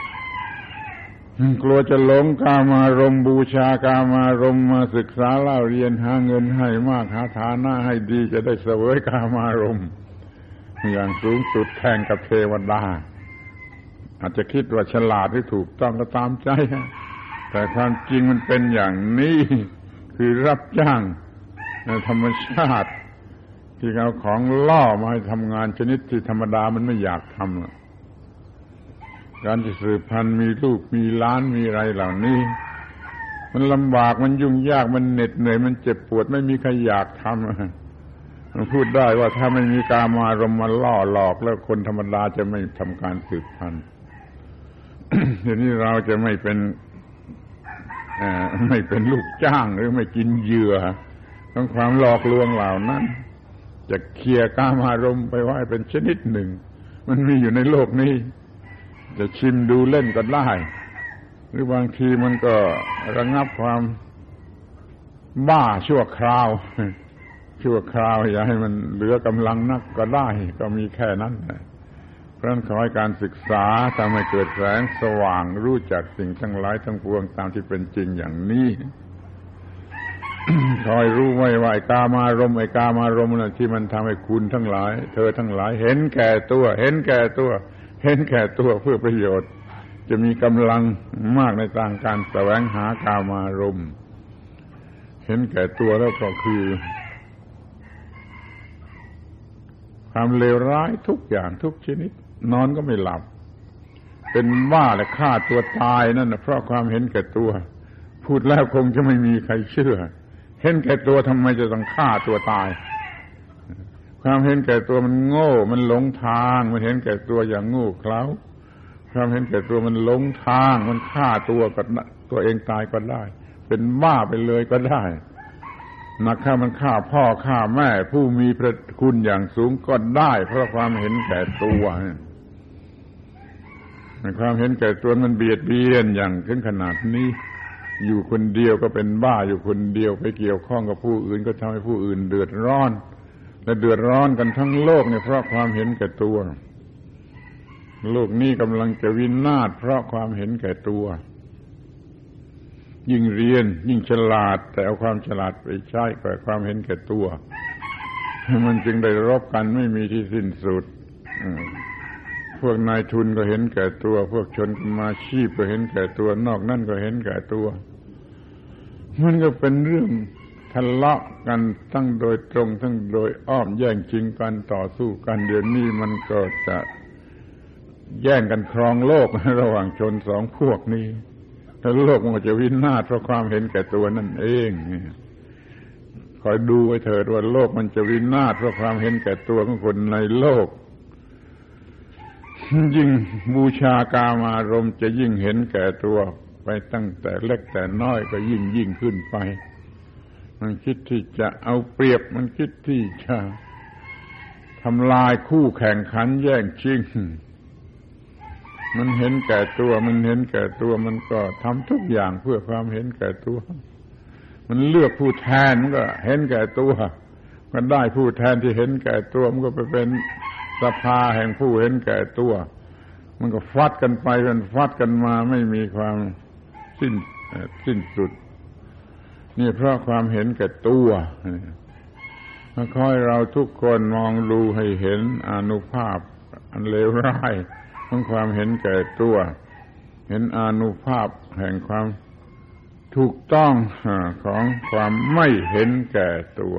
กลัวจะหลงกามารมณ์บูชากามารมณ์มาศึกษาเล่าเรียนหาเงินให้มากหาฐานะให้ดีจะได้เสวยกามารมณ์อย่างสูงสุดแข่งกับเทวดาอาจจะคิดว่าฉลาดหรือถูกต้องก็ตามใจแต่ความจริงมันเป็นอย่างนี้คือรับจ้างธรรมชาติที่เอาของล่อมาให้ทำงานชนิดที่ธรรมดามันไม่อยากทำการจะสืบพันธุ์มีลูกมีล้านมีอะไรเหล่านี้มันลำบากมันยุ่งยากมันเหน็ดเหนื่อยมันเจ็บปวดไม่มีใครอยากทำมันพูดได้ว่าถ้าไม่มีกามารมณ์มาล่อหลอกแล้วคนธรรมดาจะไม่ทำการสืบพันธุ์ ทีนี้เราจะไม่เป็นลูกจ้างหรือไม่กินเหยื่อของความหลอกลวงเหล่านั้นจะเคลียร์กามารมณ์ไปไว้เป็นชนิดหนึ่งมันมีอยู่ในโลกนี้จะชิมดูเล่นก็ได้หรือบางทีมันก็ระงับความบ้าชั่วคราวอย่าให้มันเหลือกำลังนักก็ได้ก็มีแค่นั้นเพราะฉะนั้นขอให้การศึกษาทำให้เกิดแสงสว่างรู้จักสิ่งทั้งหลายทั้งปวงตามที่เป็นจริงอย่างนี้ คอยรู้ไว้ว่าไอ้กามารมณ์น่ะที่มันทำให้คุณทั้งหลายเธอทั้งหลายเห็นแก่ตัวเพื่อประโยชน์จะมีกำลังมากในทางการแสวงหากามารมณ์เห็นแก่ตัวแล้วก็คือความเลวร้ายทุกอย่างทุกชนิดนอนก็ไม่หลับเป็นบ้าและฆ่าตัวตายนั่นนะเพราะความเห็นแก่ตัวพูดแล้วคงจะไม่มีใครเชื่อเห็นแก่ตัวทำไมจะต้องฆ่าตัวตายความเห็นแก่ตัวมันโง่มันหลงทางมันเห็นแก่ตัวอย่างโง่เขลาความเห็นแก่ตัวมันหลงทางมันฆ่าตัวเองตายก็ได้เป็นบ้าไปเลยก็ได้นักฆ่ามันฆ่าพ่อฆ่าแม่ผู้มีพระคุณอย่างสูงก็ได้เพราะความเห็นแก่ตัวความเห็นแก่ตัวมันเบียดเบียนอย่างถึงขนาดนี้อยู่คนเดียวก็เป็นบ้าอยู่คนเดียวไปเกี่ยวข้องกับผู้อื่นก็ทำให้ผู้อื่นเดือดร้อนและเดือดร้อนกันทั้งโลกเนี่ยเพราะความเห็นแก่ตัวโลกนี้กำลังจะวินาศเพราะความเห็นแก่ตัวยิ่งเรียนยิ่งฉลาดแต่เอาความฉลาดไปใช้กับความเห็นแก่ตัวมันจึงได้รบกันไม่มีที่สิ้นสุดพวกนายทุนก็เห็นแก่ตัวพวกชนมาชีพก็เห็นแก่ตัวนอกนั่นก็เห็นแก่ตัวมันก็เป็นเรื่องทะเลาะกันทั้งโดยตรงทั้งโดยอ้อมแย่งชิงกันต่อสู้กันเดี๋ยวนี้มันก็จะแย่งกันครองโลกระหว่างชนสองพวกนี้แล้วโลกมันก็จะวินาศเพราะความเห็นแก่ตัวนั่นเองคอยดูไว้เถิดว่าโลกมันจะวินาศเพราะความเห็นแก่ตัวของคนในโลกยิ่งบูชากามารมณ์จะยิ่งเห็นแก่ตัวไปตั้งแต่เล็กแต่น้อยก็ยิ่งขึ้นไปมันคิดที่จะเอาเปรียบมันคิดที่จะทำลายคู่แข่งขันแย่งชิงมันเห็นแก่ตัวมันก็ทำทุกอย่างเพื่อความเห็นแก่ตัวมันเลือกผู้แทนมันก็เห็นแก่ตัวมันได้ผู้แทนที่เห็นแก่ตัวมันก็ไปเป็นสภาแห่งผู้เห็นแก่ตัวมันก็ฟัดกันไปกันฟัดกันมาไม่มีความสิ้นสุดนี่เพราะความเห็นแก่ตัวขอให้เราทุกคนมองดูให้เห็นอานุภาพอันเลวร้ายของความเห็นแก่ตัวเห็นอานุภาพแห่งความถูกต้องของความไม่เห็นแก่ตัว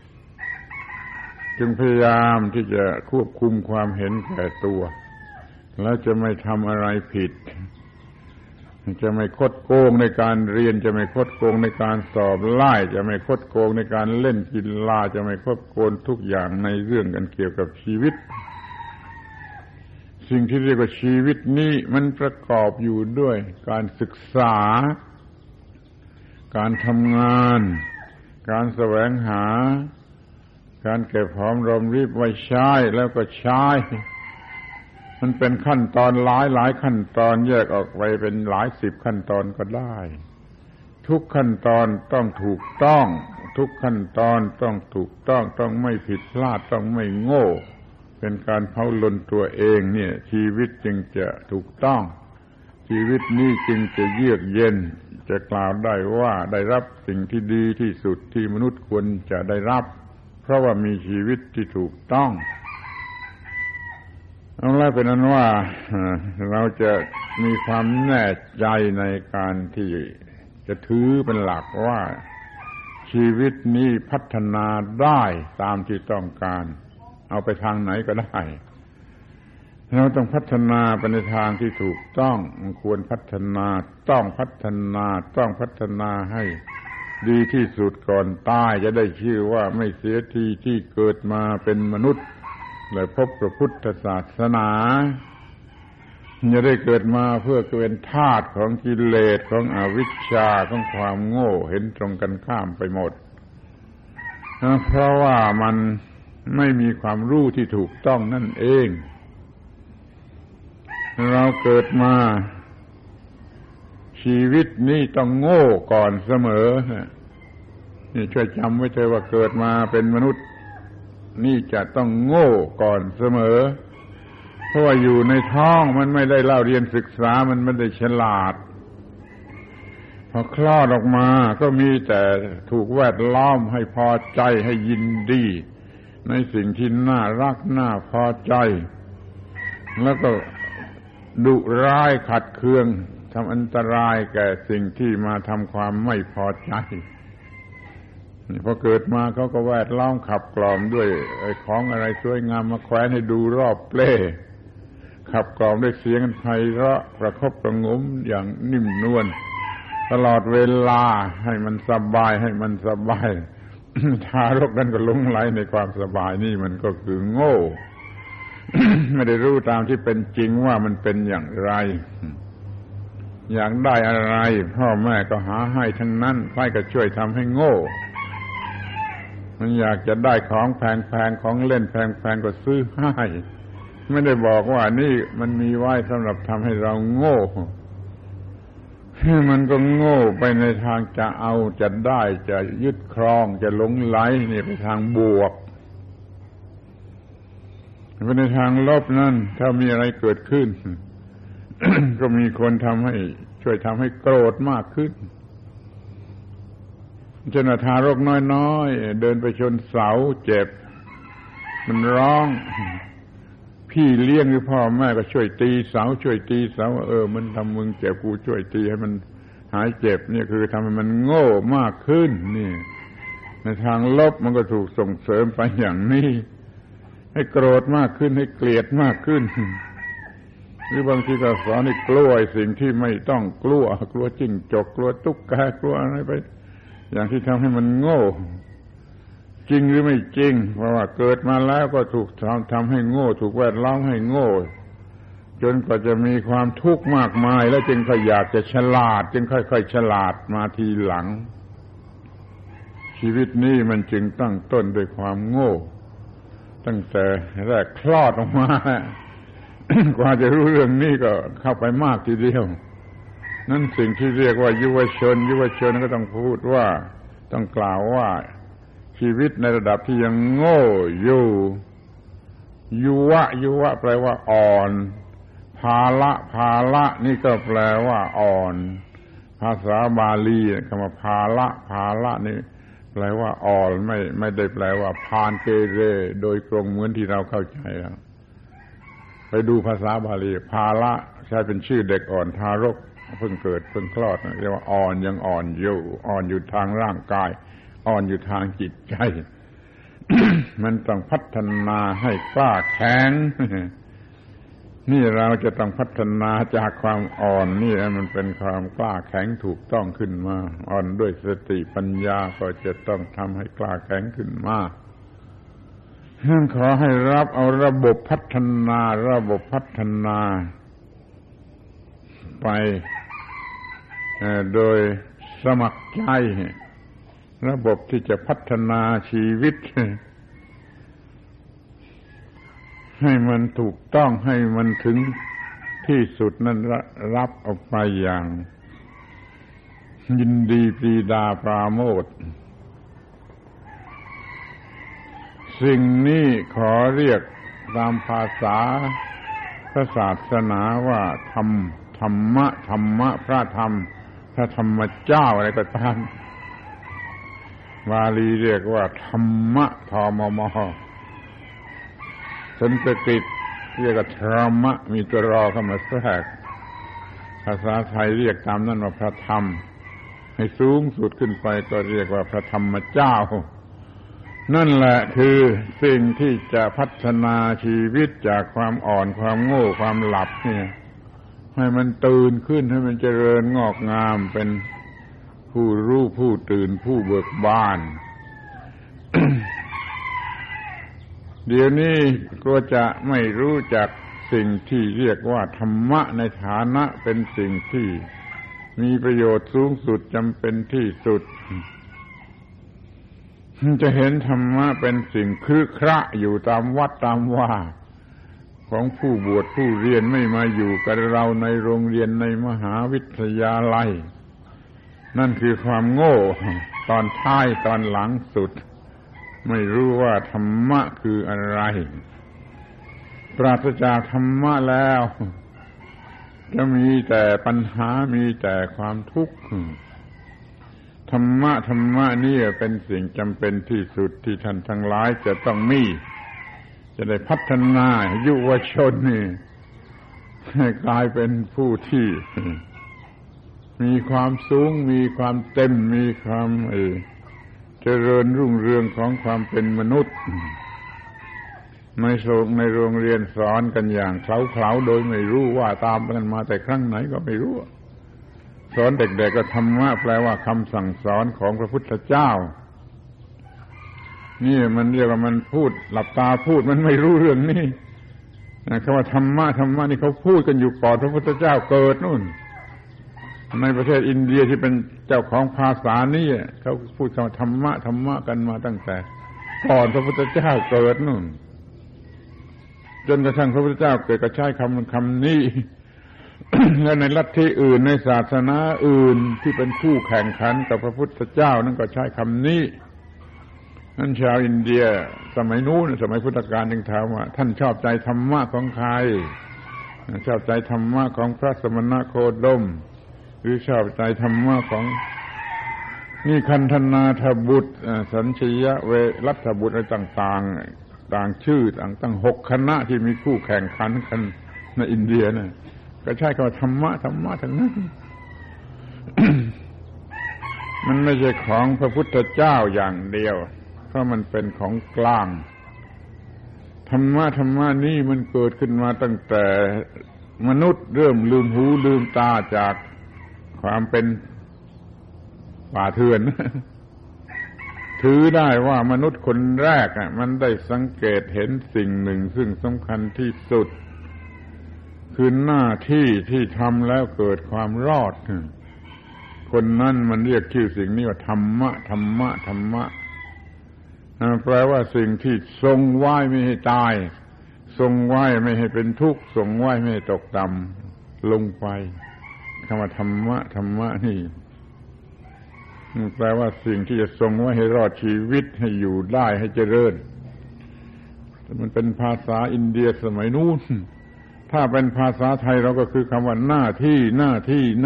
จึงพยายามที่จะควบคุมความเห็นแก่ตัวแล้วจะไม่ทำอะไรผิดจะไม่คดโกงในการเรียนจะไม่คดโกงในการสอบไล่จะไม่คดโกงในการเล่นกีฬาจะไม่คดโกงทุกอย่างในเรื่องกันเกี่ยวกับชีวิตสิ่งที่เรียกว่าชีวิตนี้มันประกอบอยู่ด้วยการศึกษาการทำงานการแสวงหาการเก็บหอมรอมริบไว้ใช้แล้วก็ใช้มันเป็นขั้นตอนหลายขั้นตอนแยกออกไปเป็นหลายสิบขั้นตอนก็ได้ทุกขั้นตอนต้องถูกต้องทุกขั้นตอนต้องถูกต้องไม่ผิดพลาดต้องไม่โง่เป็นการเผาลนตัวเองเนี่ยชีวิตจึงจะถูกต้องชีวิตนี้จึงจะเยือกเย็นจะกล่าวได้ว่าได้รับสิ่งที่ดีที่สุดที่มนุษย์ควรจะได้รับเพราะว่ามีชีวิตที่ถูกต้องเอาล่ะเป็นนั้นว่าเราจะมีความแน่ใจในการที่จะถือเป็นหลักว่าชีวิตนี้พัฒนาได้ตามที่ต้องการเอาไปทางไหนก็ได้เราต้องพัฒนาไปในทางที่ถูกต้องควรพัฒนาต้องพัฒนาให้ดีที่สุดก่อนตายจะได้ชื่อว่าไม่เสียทีที่เกิดมาเป็นมนุษย์และพบพระพุทธศาสนาจะได้เกิดมาเพื่อเป็นทาสของกิเลสของอวิชชาของความโง่เห็นตรงกันข้ามไปหมดเพราะว่ามันไม่มีความรู้ที่ถูกต้องนั่นเองเราเกิดมาชีวิตนี้ต้องโง่ก่อนเสมอนี่ช่วยจำไว้เถอะว่าเกิดมาเป็นมนุษย์นี่จะต้องโง่ก่อนเสมอเพราะว่าอยู่ในท้องมันไม่ได้เล่าเรียนศึกษามันไม่ได้ฉลาดพอคลอดออกมาก็มีแต่ถูกแวดล้อมให้พอใจให้ยินดีในสิ่งที่น่ารักน่าพอใจแล้วก็ดุร้ายขัดเคืองทำอันตรายแก่สิ่งที่มาทำความไม่พอใจพอเกิดมาเขาก็แวดล้อมขับกล่อมด้วยของอะไรสวยงามมาแขวนให้ดูรอบเปลขับกล่อมด้วยเสียงไพเราะประคบประงมอย่างนิ่มนวลตลอดเวลาให้มันสบายทารกนั้นก็หลงไหลในความสบายนี่มันก็คือโง่ ไม่ได้รู้ตามที่เป็นจริงว่ามันเป็นอย่างไรอยากได้อะไรพ่อแม่ก็หาให้ทั้งนั้นใครก็ช่วยทำให้โง่มันอยากจะได้ของแพงๆของเล่นแพงๆก็ซื้อให้ไม่ได้บอกว่านี่มันมีไว้สำหรับทำให้เราโง่มันก็โง่ไปในทางจะเอาจะได้จะยึดครองจะหลงไหลนี่ไปทางบวกไปในทางลบนั่นถ้ามีอะไรเกิดขึ้น ก็มีคนช่วยทำให้โกรธมากขึ้นเช่นทารกน้อยๆเดินไปชนเสาเจ็บมันร้องพพี่เลี้ยงหรือพ่อแม่ก็ช่วยตีเสามันทำมึงเจ็บกูช่วยตีให้มันหายเจ็บเนี่ยคือทำให้มันโง่มากขึ้นนี่ในทางลบมันก็ถูกส่งเสริมไปอย่างนี้ให้โกรธมากขึ้นให้เกลียดมากขึ้นหรือบางทีก็สอนให้กลัวสิ่งที่ไม่ต้องกลัวจิ้งจกกลัวตุ๊กแกกลัวอะไรไปอย่างที่ทำให้มันโง่จริงหรือไม่จริงเพราะว่าเกิดมาแล้วก็ถูกทำให้โง่ถูกแวดล้อมให้โง่จนกว่าจะมีความทุกข์มากมายแล้วจึงค่อยอยากจะฉลาดจึงค่อยๆฉลาดมาทีหลังชีวิตนี้มันจึงตั้งต้นด้วยความโง่ตั้งแต่แรกคลอดออกมา กว่าจะรู้เรื่องนี้ก็เข้าไปมากทีเดียวนั่นสิ่งที่เรียกว่ายุวชนก็ต้องพูดว่าต้องกล่าวว่าชีวิตในระดับที่ยังโง่อยู่ยุวะแปลว่าอ่อนภาละนี่ก็แปลว่าอ่อนภาษาบาลีคำว่าภาละนี่แปลว่าอ่อนไม่ได้แปลว่าพาลเกเรโดยตรงเหมือนที่เราเข้าใจแล้วไปดูภาษาบาลีภาละใช้เป็นชื่อเด็กอ่อนทารกเพิ่งเกิดเพิ่งคลอดเรียกว่าอ่อนยังอ่อนอยู่ทางร่างกายอ่อนอยู่ทางจิตใจ มันต้องพัฒนาให้กล้าแข็ง นี่เราจะต้องพัฒนาจากความอ่อนนี่มันเป็นความกล้าแข็งถูกต้องขึ้นมาอ่อนด้วยสติปัญญาก็จะต้องทำให้กล้าแข็งขึ้นมาขอให้รับเอาระบบพัฒนาไปโดยสมัครใจระบบที่จะพัฒนาชีวิตให้มันถูกต้องให้มันถึงที่สุดนั้นรับเอาไปอย่างยินดีปรีดาปราโมทย์สิ่งนี้ขอเรียกตามภาษาพระศาสนาว่าธรรมะพระธรรมเจ้าอะไรก็ตามบาลีเรียกว่าธรรมะทมมสันสกฤตเรียกว่าธรรมะมีตัวรอเข้ามาแทรกภาษาไทยเรียกตามนั้นว่าพระธรรมให้สูงสุดขึ้นไปก็เรียกว่าพระธรรมเจ้านั่นแหละคือสิ่งที่จะพัฒนาชีวิตจากความอ่อนความโง่ความหลับเนี่ยให้มันตื่นขึ้นให้มันเจริญงอกงามเป็นผู้รู้ผู้ตื่นผู้เบิกบาน เดี๋ยวนี้ก็จะไม่รู้จักสิ่งที่เรียกว่าธรรมะในฐานะเป็นสิ่งที่มีประโยชน์สูงสุดจำเป็นที่สุดจะเห็นธรรมะเป็นสิ่งครึขระอยู่ตามวัดตามว่าของผู้บวชผู้เรียนไม่มาอยู่กับเราในโรงเรียนในมหาวิทยาลัยนั่นคือความโง่ตอนท้ายตอนหลังสุดไม่รู้ว่าธรรมะคืออะไรปราศจากธรรมะแล้วจะมีแต่ปัญหามีแต่ความทุกข์ธรรมะนี่เป็นสิ่งจำเป็นที่สุดที่ท่านทั้งหลายจะต้องมีจะได้พัฒนายุวชนนี่ให้กลายเป็นผู้ที่มีความสูงมีความเต็มมีความเจริญรุ่งเรืองของความเป็นมนุษย์ในโรงเรียนสอนกันอย่างเคล้าโดยไม่รู้ว่าตามกันมาแต่ครั้งไหนก็ไม่รู้สอนเด็กๆก็ธรรมะแปลว่าคำสั่งสอนของพระพุทธเจ้านี่มันเรียกว่ามันพูดหลับตาพูดมันไม่รู้เรื่องนี้คำว่าธรรมะนี่เขาพูดกันอยู่ก่อนพระพุทธเจ้าเกิดนู่นในประเทศอินเดียที่เป็นเจ้าของภาษานี้เขาพูดคำว่าธรรมะกันมาตั้งแต่ก่อนพระพุทธเจ้าเกิดนู่นจนกระทั่งพระพุทธเจ้าเกิดก็ใช้คำนี้ แล้วในลัทธิอื่นในศาสนาอื่นที่เป็นคู่แข่งขันกับพระพุทธเจ้านั่นก็ใช้คำนี้นั่นชาวอินเดียสมัยนู้นสมัยพุทธกาลจึงถามว่าท่านชอบใจธรรมะของใครชอบใจธรรมะของพระสมณโคดมหรือชอบใจธรรมะของนี่คันธนาถบุตรสัญชยเวรัตบุตรอะไรต่างๆต่างชื่อตั้ง6คณะที่มีคู่แข่งขันกันในอินเดียนะก็ใช้คำว่าธรรมะทั้งนั้น มันไม่ใช่ของพระพุทธเจ้าอย่างเดียวเพราะมันเป็นของกลางธรรมะนี่มันเกิดขึ้นมาตั้งแต่มนุษย์เริ่มลืมหูลืมตาจากความเป็นป่าเถื่อน ถือได้ว่ามนุษย์คนแรกมันได้สังเกตเห็นสิ่งหนึ่งซึ่งสำคัญที่สุดคือหน้าที่ที่ทำแล้วเกิดความรอดคนนั้นมันเรียกชื่อสิ่งนี้ว่าธรรมะแปลว่าสิ่งที่ทรงไว้ไม่ให้ตายทรงไว้ไม่ให้เป็นทุกข์ทรงไว้ไม่ให้ตกต่ำลงไปคำว่าธรรมะนี่แปลว่าสิ่งที่จะทรงไว้ให้รอดชีวิตให้อยู่ได้ให้เจริญมันเป็นภาษาอินเดียสมัยนู้นถ้าเป็นภาษาไทยเราก็คือคำว่าหน้าที่คำว่าหน้า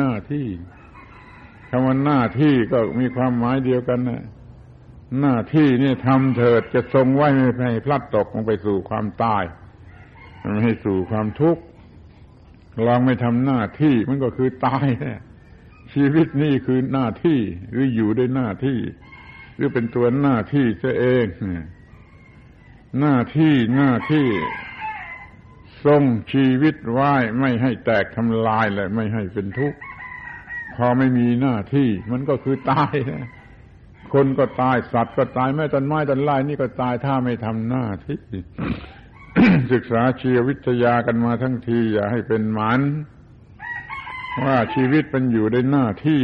ที่ก็มีความหมายเดียวกันนะหน้าที่นี่ทำเถิดจะทรงไว้ไม่ให้พลัดตกลงไปสู่ความตายไม่ให้สู่ความทุกข์ลองไม่ทำหน้าที่มันก็คือตายแน่ชีวิตนี่คือหน้าที่หรืออยู่ด้วยหน้าที่หรือเป็นตัวหน้าที่ซะเองหน้าที่ทรงชีวิตไว้ไม่ให้แตกทำลายและไม่ให้เป็นทุกข์พอไม่มีหน้าที่มันก็คือตายคนก็ตายสัตว์ก็ตายแม้ต้นไม้ต้นไม้นี่ก็ตายถ้าไม่ทำหน้าที่ ศึกษาชีววิทยากันมาทั้งทีอย่าให้เป็นหมันว่าชีวิตเป็นอยู่ในหน้าที่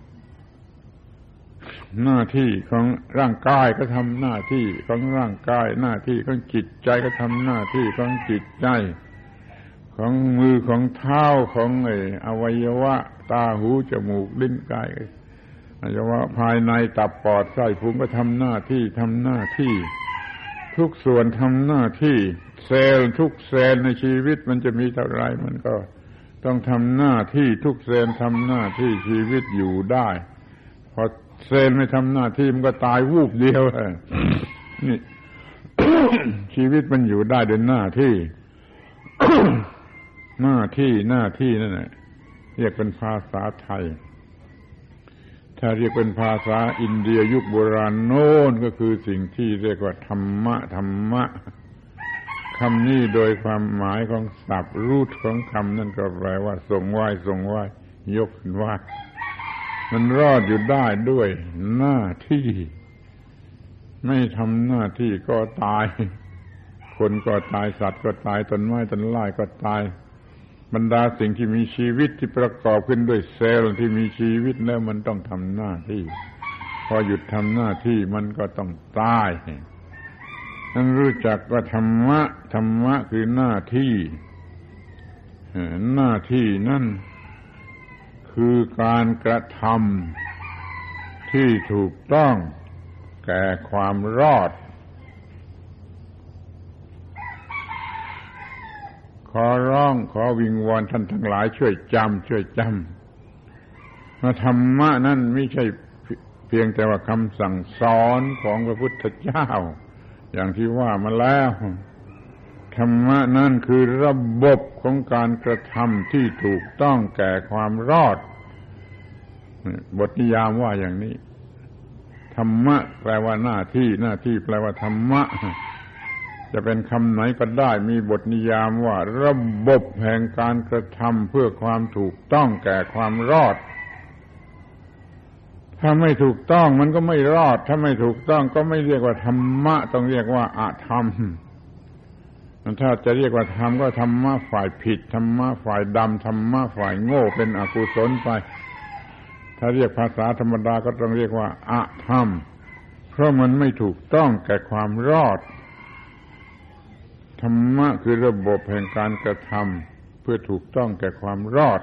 ของร่างกายก็ทำหน้าที่ของร่างกายหน้าที่ของจิตใจก็ทำหน้าที่ของจิตใจของมือของเท้าของอวัยวะตาหูจมูกลิ้นกายอวัยวะภายในตับปอดไส้พุงก็ทำหน้าที่ทุกส่วนทำหน้าที่เซลล์ทุกเซลล์ในชีวิตมันจะมีเท่าไรมันก็ต้องทำหน้าที่ทุกเซลล์ทำหน้าที่ชีวิตอยู่ได้พอเซลล์ไม่ทำหน้าที่มันก็ตายวูบเดียวนี่ ชีวิตมันอยู่ได้ด้วยหน้าที่ หน้าที่นั่นแหละเรียกเป็นภาษาไทยถ้าเรียกเป็นภาษาอินเดียยุคโบราณโน้นก็คือสิ่งที่เรียกว่าธรรมะคำนี้โดยความหมายของศัพท์รูทของคำนั่นก็แปลว่าทรงไว้ยกขึ้นว่ามันรอดอยู่ได้ด้วยหน้าที่ไม่ทำหน้าที่ก็ตายคนก็ตายสัตว์ก็ตายต้นไม้ต้นไม้ก็ตายบรรดาสิ่งที่มีชีวิตที่ประกอบขึ้นด้วยเซลล์ที่มีชีวิตแล้วมันต้องทำหน้าที่พอหยุดทำหน้าที่มันก็ต้องตายนั่นรู้จักว่าธรรมะคือหน้าที่นั่นคือการกระทำที่ถูกต้องแก่ความรอดขอร้องขอวิงวอนท่านทั้งหลายช่วยจำว่าธรรมะนั่นไม่ใช่เพียงแต่ว่าคำสั่งสอนของพระพุทธเจ้าอย่างที่ว่ามาแล้วธรรมะนั่นคือระบบของการกระทำที่ถูกต้องแก่ความรอดบทนิยามว่าอย่างนี้ธรรมะแปลว่าหน้าที่แปลว่าธรรมะจะเป็นคำไหนก็ได้มีบทนิยามว่าระบบแห่งการกระทำเพื่อความถูกต้องแก่ความรอดถ้าไม่ถูกต้องมันก็ไม่รอดถ้าไม่ถูกต้องก็ไม่เรียกว่าธรรมะต้องเรียกว่าอธรรมถ้าจะเรียกว่าธรรมก็ธรรมะฝ่ายผิดธรรมะฝ่ายดำธรรมะฝ่ายโง่เป็นอกุศลไปถ้าเรียกภาษาธรรมดาก็ต้องเรียกว่าอธรรมเพราะมันไม่ถูกต้องแก่ความรอดธรรมะคือระบบแห่งการกระทำเพื่อถูกต้องแก่ความรอด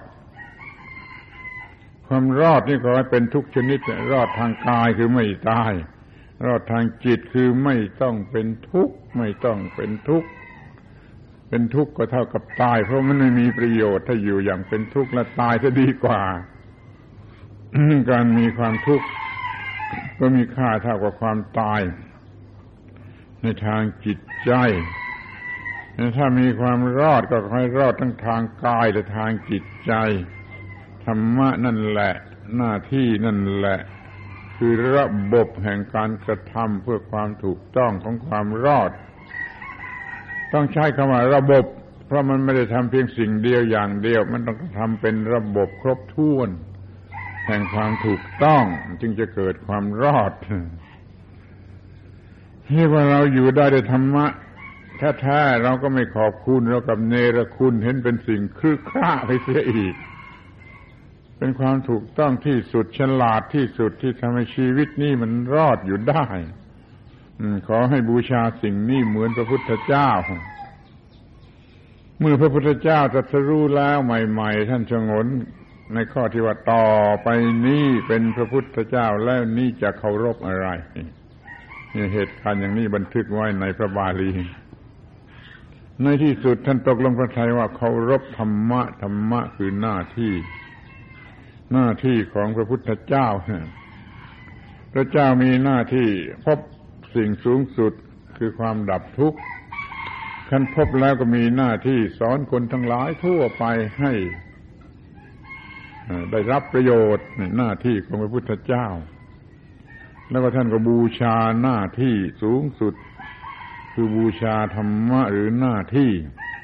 ความรอดนี่ก็เป็นทุกชนิดรอดทางกายคือไม่ตายรอดทางจิตคือไม่ต้องเป็นทุกข์เป็นทุกข์ก็เท่ากับตายเพราะมันไม่มีประโยชน์ถ้าอยู่อย่างเป็นทุกข์และตายจะดีกว่า การมีความทุกข์ก็มีค่าเท่ากับความตายในทางจิตใจถ้ามีความรอดก็ให้รอดทั้งทางกายและทางจิตใจธรรมะนั่นแหละหน้าที่นั่นแหละคือระบบแห่งการกระทำเพื่อความถูกต้องของความรอดต้องใช้คำว่าระบบเพราะมันไม่ได้ทำเพียงสิ่งเดียวอย่างเดียวมันต้องทำเป็นระบบครบถ้วนแห่งความถูกต้องจึงจะเกิดความรอดที่ว่าเราอยู่ได้ด้วยธรรมะแท้ๆเราก็ไม่ขอบคุณเรากับเนรคุณเห็นเป็นสิ่งครึกคร่าไปเสียอีกเป็นความถูกต้องที่สุดฉลาดที่สุดที่ทำให้ชีวิตนี้มันรอดอยู่ได้ขอให้บูชาสิ่งนี้เหมือนพระพุทธเจ้าเมื่อพระพุทธเจ้าตรัสรู้แล้วใหม่ๆท่านฉงนในข้อที่ว่าต่อไปนี้เป็นพระพุทธเจ้าแล้วนี่จะเคารพอะไรนี่เหตุการณ์อย่างนี้บันทึกไว้ในพระบาลีในที่สุดท่านตกลงพระทัยว่าเคารพธรรมะธรรมะคือหน้าที่ของพระพุทธเจ้าพระเจ้ามีหน้าที่พบสิ่งสูงสุดคือความดับทุกข์ท่านพบแล้วก็มีหน้าที่สอนคนทั้งหลายทั่วไปให้ได้รับประโยชน์หน้าที่ของพระพุทธเจ้าแล้วก็ท่านก็บูชาหน้าที่สูงสุดคือบูชาธรรมะหรือหน้าที่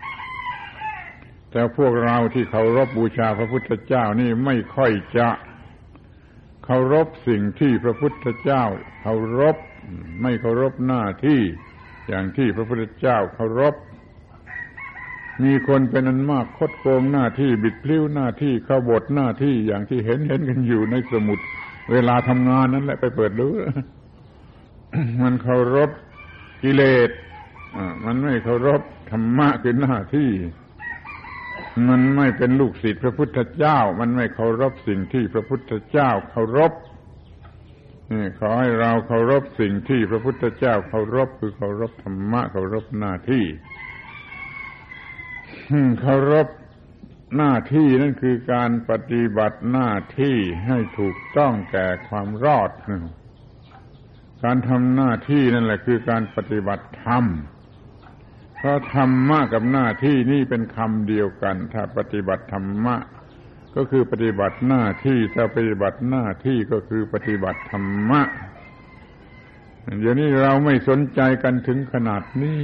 แต่พวกเราที่เคารพบูชาพระพุทธเจ้านี่ไม่ค่อยจะเคารพสิ่งที่พระพุทธเจ้าเคารพไม่เคารพหน้าที่อย่างที่พระพุทธเจ้าเคารพมีคนเป็นอันมากคดโกงหน้าที่บิดพลิ้วหน้าที่ขบฏหน้าที่อย่างที่เห็นกันอยู่ในสมุดเวลาทำงานนั่นแหละไปเปิดดู มันเคารพกิเลสมันไม่เคารพธรรมะคือหน้าที่มันไม่เป็นลูกศิษย์พระพุทธเจ้ามันไม่เคารพสิ่งที่พระพุทธเจ้าเคารพนี่ขอให้เราเคารพสิ่งที่พระพุทธเจ้าเคารพคือเคารพธรรมะเคารพหน้าที่เคารพหน้าที่นั่นคือการปฏิบัติหน้าที่ให้ถูกต้องแก่ความรอดการทำหน้าที่นั่นแหละคือการปฏิบัติธรรมเพราะธรรมะกับหน้าที่นี่เป็นคำเดียวกันถ้าปฏิบัติธรรมะก็คือปฏิบัติหน้าที่ถ้าปฏิบัติหน้าที่ก็คือปฏิบัติธรรมะเดี๋ยวนี้เราไม่สนใจกันถึงขนาดนี้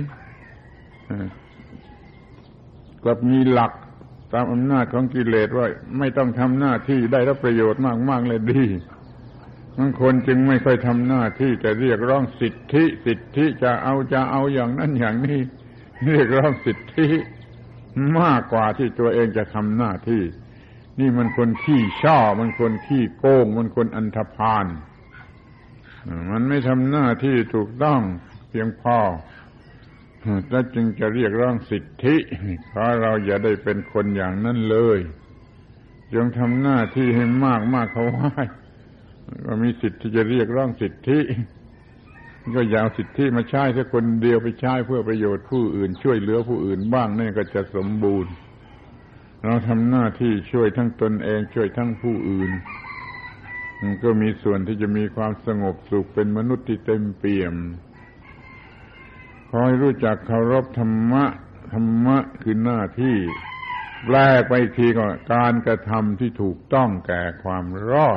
กลับมีหลักตามอำนาจของกิเลสว่าไม่ต้องทำหน้าที่ได้รับประโยชน์มากๆเลยดีบางคนจึงไม่ค่อยทำหน้าที่แต่เรียกร้องสิทธิจะเอาอย่างนั้นอย่างนี้เรียกร้องสิทธิมากกว่าที่ตัวเองจะทำหน้าที่นี่มันคนขี้ช่อมันคนขี้โกงมันคนอันธพาลมันไม่ทำหน้าที่ถูกต้องเพียงพอแล้วจึงจะเรียกร้องสิทธิเพราะเราอย่าได้เป็นคนอย่างนั้นเลยจงทำหน้าที่ให้มากเขาไว้ก็มีสิทธิ์ที่จะเรียกร้องสิทธิก็อย่าเอาสิทธิมาใช้แค่คนเดียวไปใช้เพื่อประโยชน์ผู้อื่นช่วยเหลือผู้อื่นบ้างนี่ก็จะสมบูรณ์เราทำหน้าที่ช่วยทั้งตนเองช่วยทั้งผู้อื่นก็มีส่วนที่จะมีความสงบสุขเป็นมนุษย์ที่เต็มเปี่ยมขอให้รู้จักเคารพธรรมะคือหน้าที่แปลไปอีกทีก็การกระทำที่ถูกต้องแก่ความรอด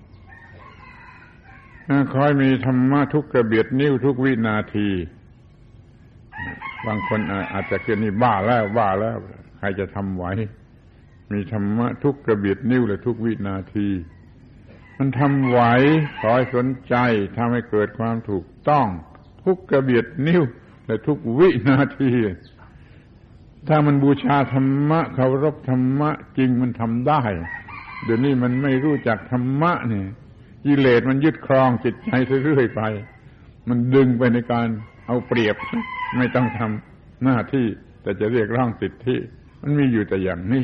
ขอให้มีธรรมะทุกกระเบียดนิ้วทุกวินาทีบางคนอาจจะคิดนี่บ้าแล้วใครจะทำไหวมีธรรมะทุกกระเบียดนิ้วและทุกวินาทีมันทำไหวขอให้สนใจทำให้เกิดความถูกต้องทุกกระเบียดนิ้วและทุกวินาทีถ้ามันบูชาธรรมะเคารพธรรมะจริงมันทำได้เดี๋ยวนี้มันไม่รู้จักธรรมะนี่กิเลสมันยึดครองจิตใจเรื่อยไปมันดึงไปในการเอาเปรียบไม่ต้องทำหน้าที่แต่จะเรียกร้องสิทธิมันมีอยู่แต่อย่างนี้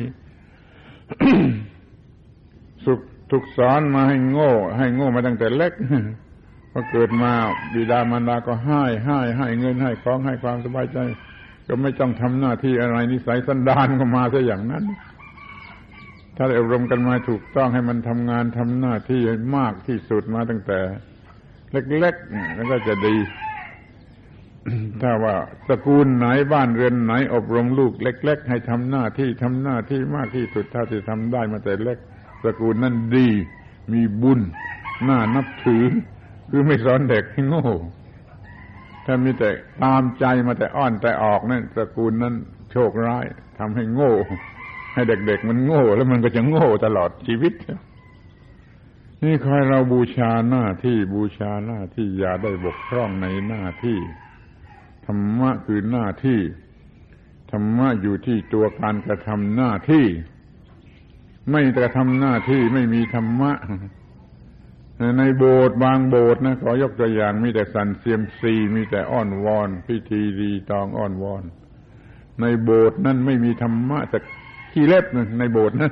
ถูกสอนมาให้โง่มาตั้งแต่เล็กพอเกิดมาบิดามารดาก็ให้เงินให้ของให้ความสบายใจก็ไม่ต้องทำหน้าที่อะไรนิสัยสันดานก็มาซะอย่างนั้นถ้าอบรมกันมาถูกต้องให้มันทำงานทำหน้าที่ให้มากที่สุดมาตั้งแต่เล็กๆแล้วก็จะดีถ้าว่าตระกูลไหนบ้านเรือนไหนอบรมลูกเล็กๆให้ทำหน้าที่มากที่สุดเท่าที่ทำได้มาแต่เล็กตระกูลนั้นดีมีบุญน่านับถือคือไม่สอนเด็กให้โง่ถ้ามีแต่ตามใจมาแต่อ้อนแต่ออกนั่นตระกูลนั้นโชคร้ายทำให้โง่ให้เด็กๆมันโง่แล้วมันก็จะโง่ตลอดชีวิตนี่คอยเราบูชาหน้าที่อย่าได้บกพร่องในหน้าที่ธรรมะคือหน้าที่ธรรมะอยู่ที่ตัวการกระทำหน้าที่ไม่กระทำหน้าที่ไม่มีธรรมะในโบสถ์บางโบสถ์นะขอยกตัวอย่างมีแต่สั่นเซียมซีมีแต่อ้อนวอนพิธีรีตองอ้อนวอนในโบสถ์นั้นไม่มีธรรมะสักขี้เล็บนึงในโบสถ์นั้น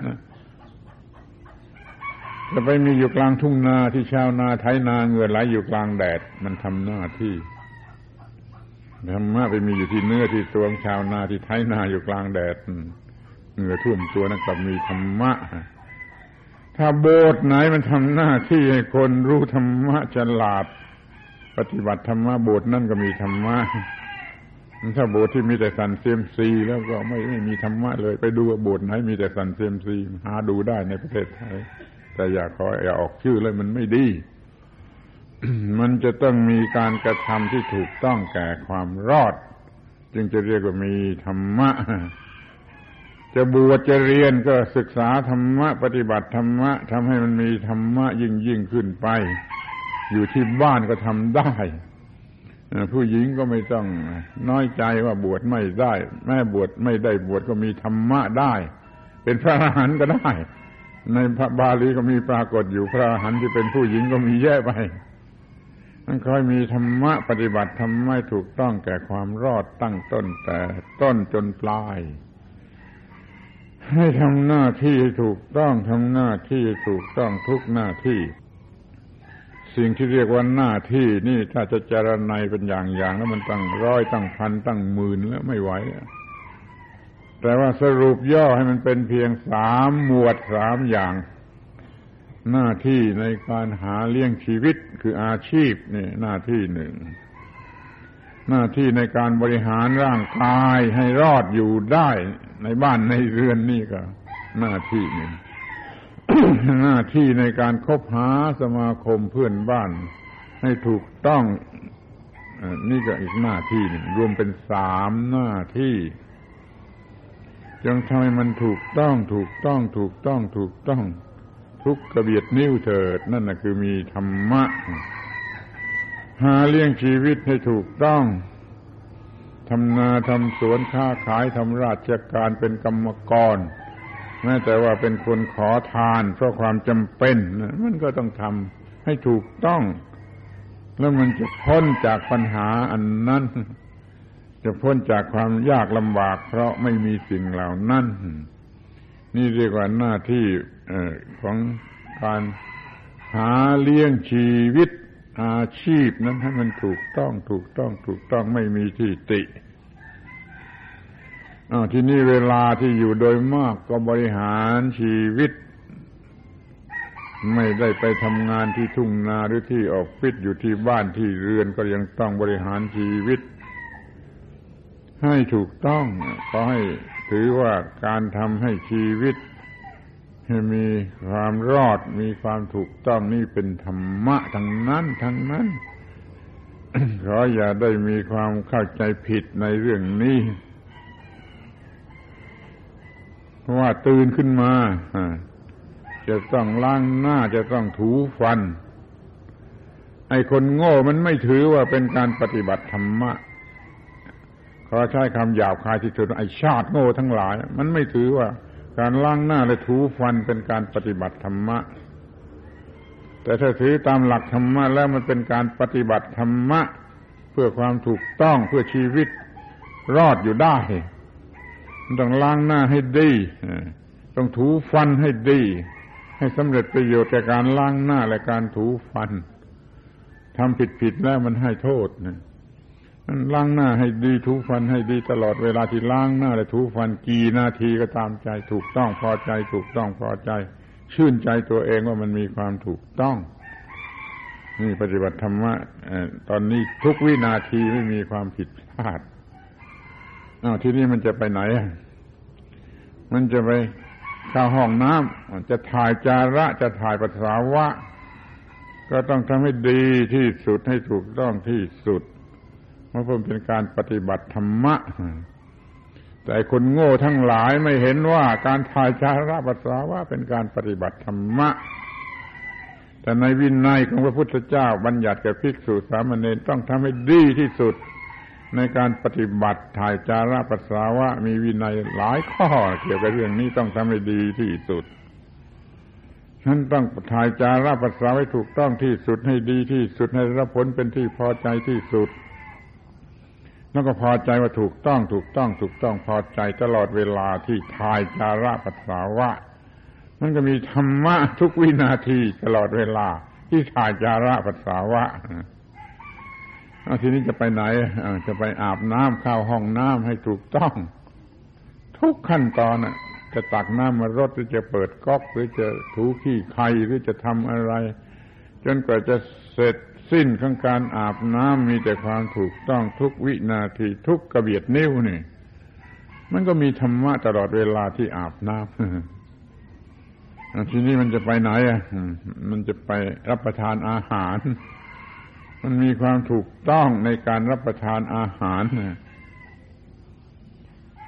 จะไปมีอยู่กลางทุ่งนาที่ชาวนาไถนาเหงื่อไหลอยู่กลางแดดมันทำหน้าที่ธรรมะไปมีอยู่ที่เนื้อที่ตัวของชาวนาที่ไถนาอยู่กลางแดดเหงื่อท่วมตัวนั่นก็มีธรรมะถ้าโบสถ์ไหนมันทำหน้าที่ให้คนรู้ธรรมะฉลาดปฏิบัติธรรมะโบสถ์นั่นก็มีธรรมะถ้าโบสถ์ที่มีแต่สั่นเซียมซีแล้วก็ไม่มีธรรมะเลยไปดูว่าโบสถ์ไหนมีแต่สั่นเซียมซีหาดูได้ในประเทศไทยแต่อย่าออกชื่อเลยมันไม่ดี มันจะต้องมีการกระทำที่ถูกต้องแก่ความรอดจึงจะเรียกว่ามีธรรมะจะบวชจะเรียนก็ศึกษาธรรมะปฏิบัติธรรมะทำให้มันมีธรรมะยิ่งขึ้นไปอยู่ที่บ้านก็ทำได้ผู้หญิงก็ไม่ต้องน้อยใจว่าบวชไม่ได้แม่บวชไม่ได้บวชก็มีธรรมะได้เป็นพระอรหันต์ก็ได้ในพระบาลีก็มีปรากฏอยู่พระอรหันต์ที่เป็นผู้หญิงก็มีแยะไปนั่นค่อยมีธรรมะปฏิบัติธรรมะถูกต้องแก่ความรอดตั้งต้นแต่ต้นจนปลายให้ทำหน้าที่ถูกต้องทำหน้าที่ถูกต้องทุกหน้าที่สิ่งที่เรียกว่าหน้าที่นี่ถ้าจะเจรไนเป็นอย่างแล้วมันตั้งร้อยตั้งพันตั้งหมื่นแล้วไม่ไหวแต่ว่าสรุปย่อให้มันเป็นเพียง3 หมวด 3 อย่างหน้าที่ในการหาเลี้ยงชีวิตคืออาชีพนี่หน้าที่หนึ่งหน้าที่ในการบริหารร่างกายให้รอดอยู่ได้ในบ้านในเรือนนี่ก็หน้าที่หนึ่ง หน้าที่ในการคบหาสมาคมเพื่อนบ้านให้ถูกต้องนี่ก็อีกหน้าที่หนึ่งรวมเป็น3 หน้าที่จงทำให้มันถูกต้องทุกกระเบียดนิ้วเถิดนั่นน่ะคือมีธรรมะหาเลี้ยงชีวิตให้ถูกต้องทำนาทำสวนค้าขายทำราชการเป็นกรรมกรแม้แต่ว่าเป็นคนขอทานเพราะความจำเป็นมันก็ต้องทำให้ถูกต้องแล้วมันจะพ้นจากปัญหาอันนั้นจะพ้นจากความยากลำบากเพราะไม่มีสิ่งเหล่านั้นนี่เรียกว่าหน้าที่ของการหาเลี้ยงชีวิตอาชีพนั้นให้มันถูกต้องไม่มีที่ติทีนี้เวลาที่อยู่โดยมากก็บริหารชีวิตไม่ได้ไปทำงานที่ทุ่งนาหรือที่ออฟฟิศอยู่ที่บ้านที่เรือนก็ยังต้องบริหารชีวิตให้ถูกต้องขอให้ถือว่าการทำให้ชีวิตให้มีความรอดมีความถูกต้องนี่เป็นธรรมะทั้งนั้น ขออย่าได้มีความเข้าใจผิดในเรื่องนี้เพราะว่าตื่นขึ้นมาจะต้องล้างหน้าจะต้องถูฟันไอ้คนโง่มันไม่ถือว่าเป็นการปฏิบัติธรรมะขอใช้คำหยาบคายที่สุดไอ้ชาติโง่ทั้งหลายมันไม่ถือว่าการล้างหน้าและถูฟันเป็นการปฏิบัติธรรมะแต่ถ้าถือตามหลักธรรมะแล้วมันเป็นการปฏิบัติธรรมะเพื่อความถูกต้องเพื่อชีวิตรอดอยู่ได้ต้องล้างหน้าให้ดีต้องถูฟันให้ดีให้สำเร็จประโยชน์แก่การล้างหน้าและการถูฟันทำผิดแล้วมันให้โทษล้างหน้าให้ดีถูฟันให้ดีตลอดเวลาที่ล้างหน้าและถูฟันกี่นาทีก็ตามใจถูกต้องพอใจชื่นใจตัวเองว่ามันมีความถูกต้องนี่ปฏิบัติธรรมะตอนนี้ทุกวินาทีไม่มีความผิดพลาดทีนี้มันจะไปไหนมันจะไปเข้าห้องน้ำจะถ่ายจาระจะถ่ายปัสสาวะก็ต้องทำให้ดีที่สุดให้ถูกต้องที่สุดเพราะเป็นการปฏิบัติธรรมะแต่คนโง่ทั้งหลายไม่เห็นว่าการถ่ายจาระปัสสาวะเป็นการปฏิบัติธรรมะแต่ในวินัยของพระพุทธเจ้าบัญญัติแก่ภิกษุสามเณรต้องทำให้ดีที่สุดในการปฏิบัติถ่ายจาระปัสสาวะมีวินัยหลายข้อเกี่ยวกับเรื่องนี้ต้องทำให้ดีที่สุดฉันต้องถ่ายจาระปัสสาวะให้ถูกต้องที่สุดให้ดีที่สุดให้ได้รับผลเป็นที่พอใจที่สุดแล้วก็พอใจว่าถูกต้องพอใจตลอดเวลาที่ถ่ายจาระปัสสาวะมันก็มีธรรมะทุกวินาทีตลอดเวลาที่ถ่ายจาระปัสสาวะทีนี้จะไปไหนจะไปอาบน้ำเข้าห้องน้ำให้ถูกต้องทุกขั้นตอนจะตักน้ำมารดหรือจะเปิดก๊อกหรือจะถูขี้ไคหรือจะทำอะไรจนกว่าจะเสร็จสิ้นของการอาบน้ำมีแต่ความถูกต้องทุกวินาทีทุกกระเบียดนิ้วนี่มันก็มีธรรมะตลอดเวลาที่อาบน้ำทีนี้มันจะไปไหนมันจะไปรับประทานอาหารมันมีความถูกต้องในการรับประทานอาหาร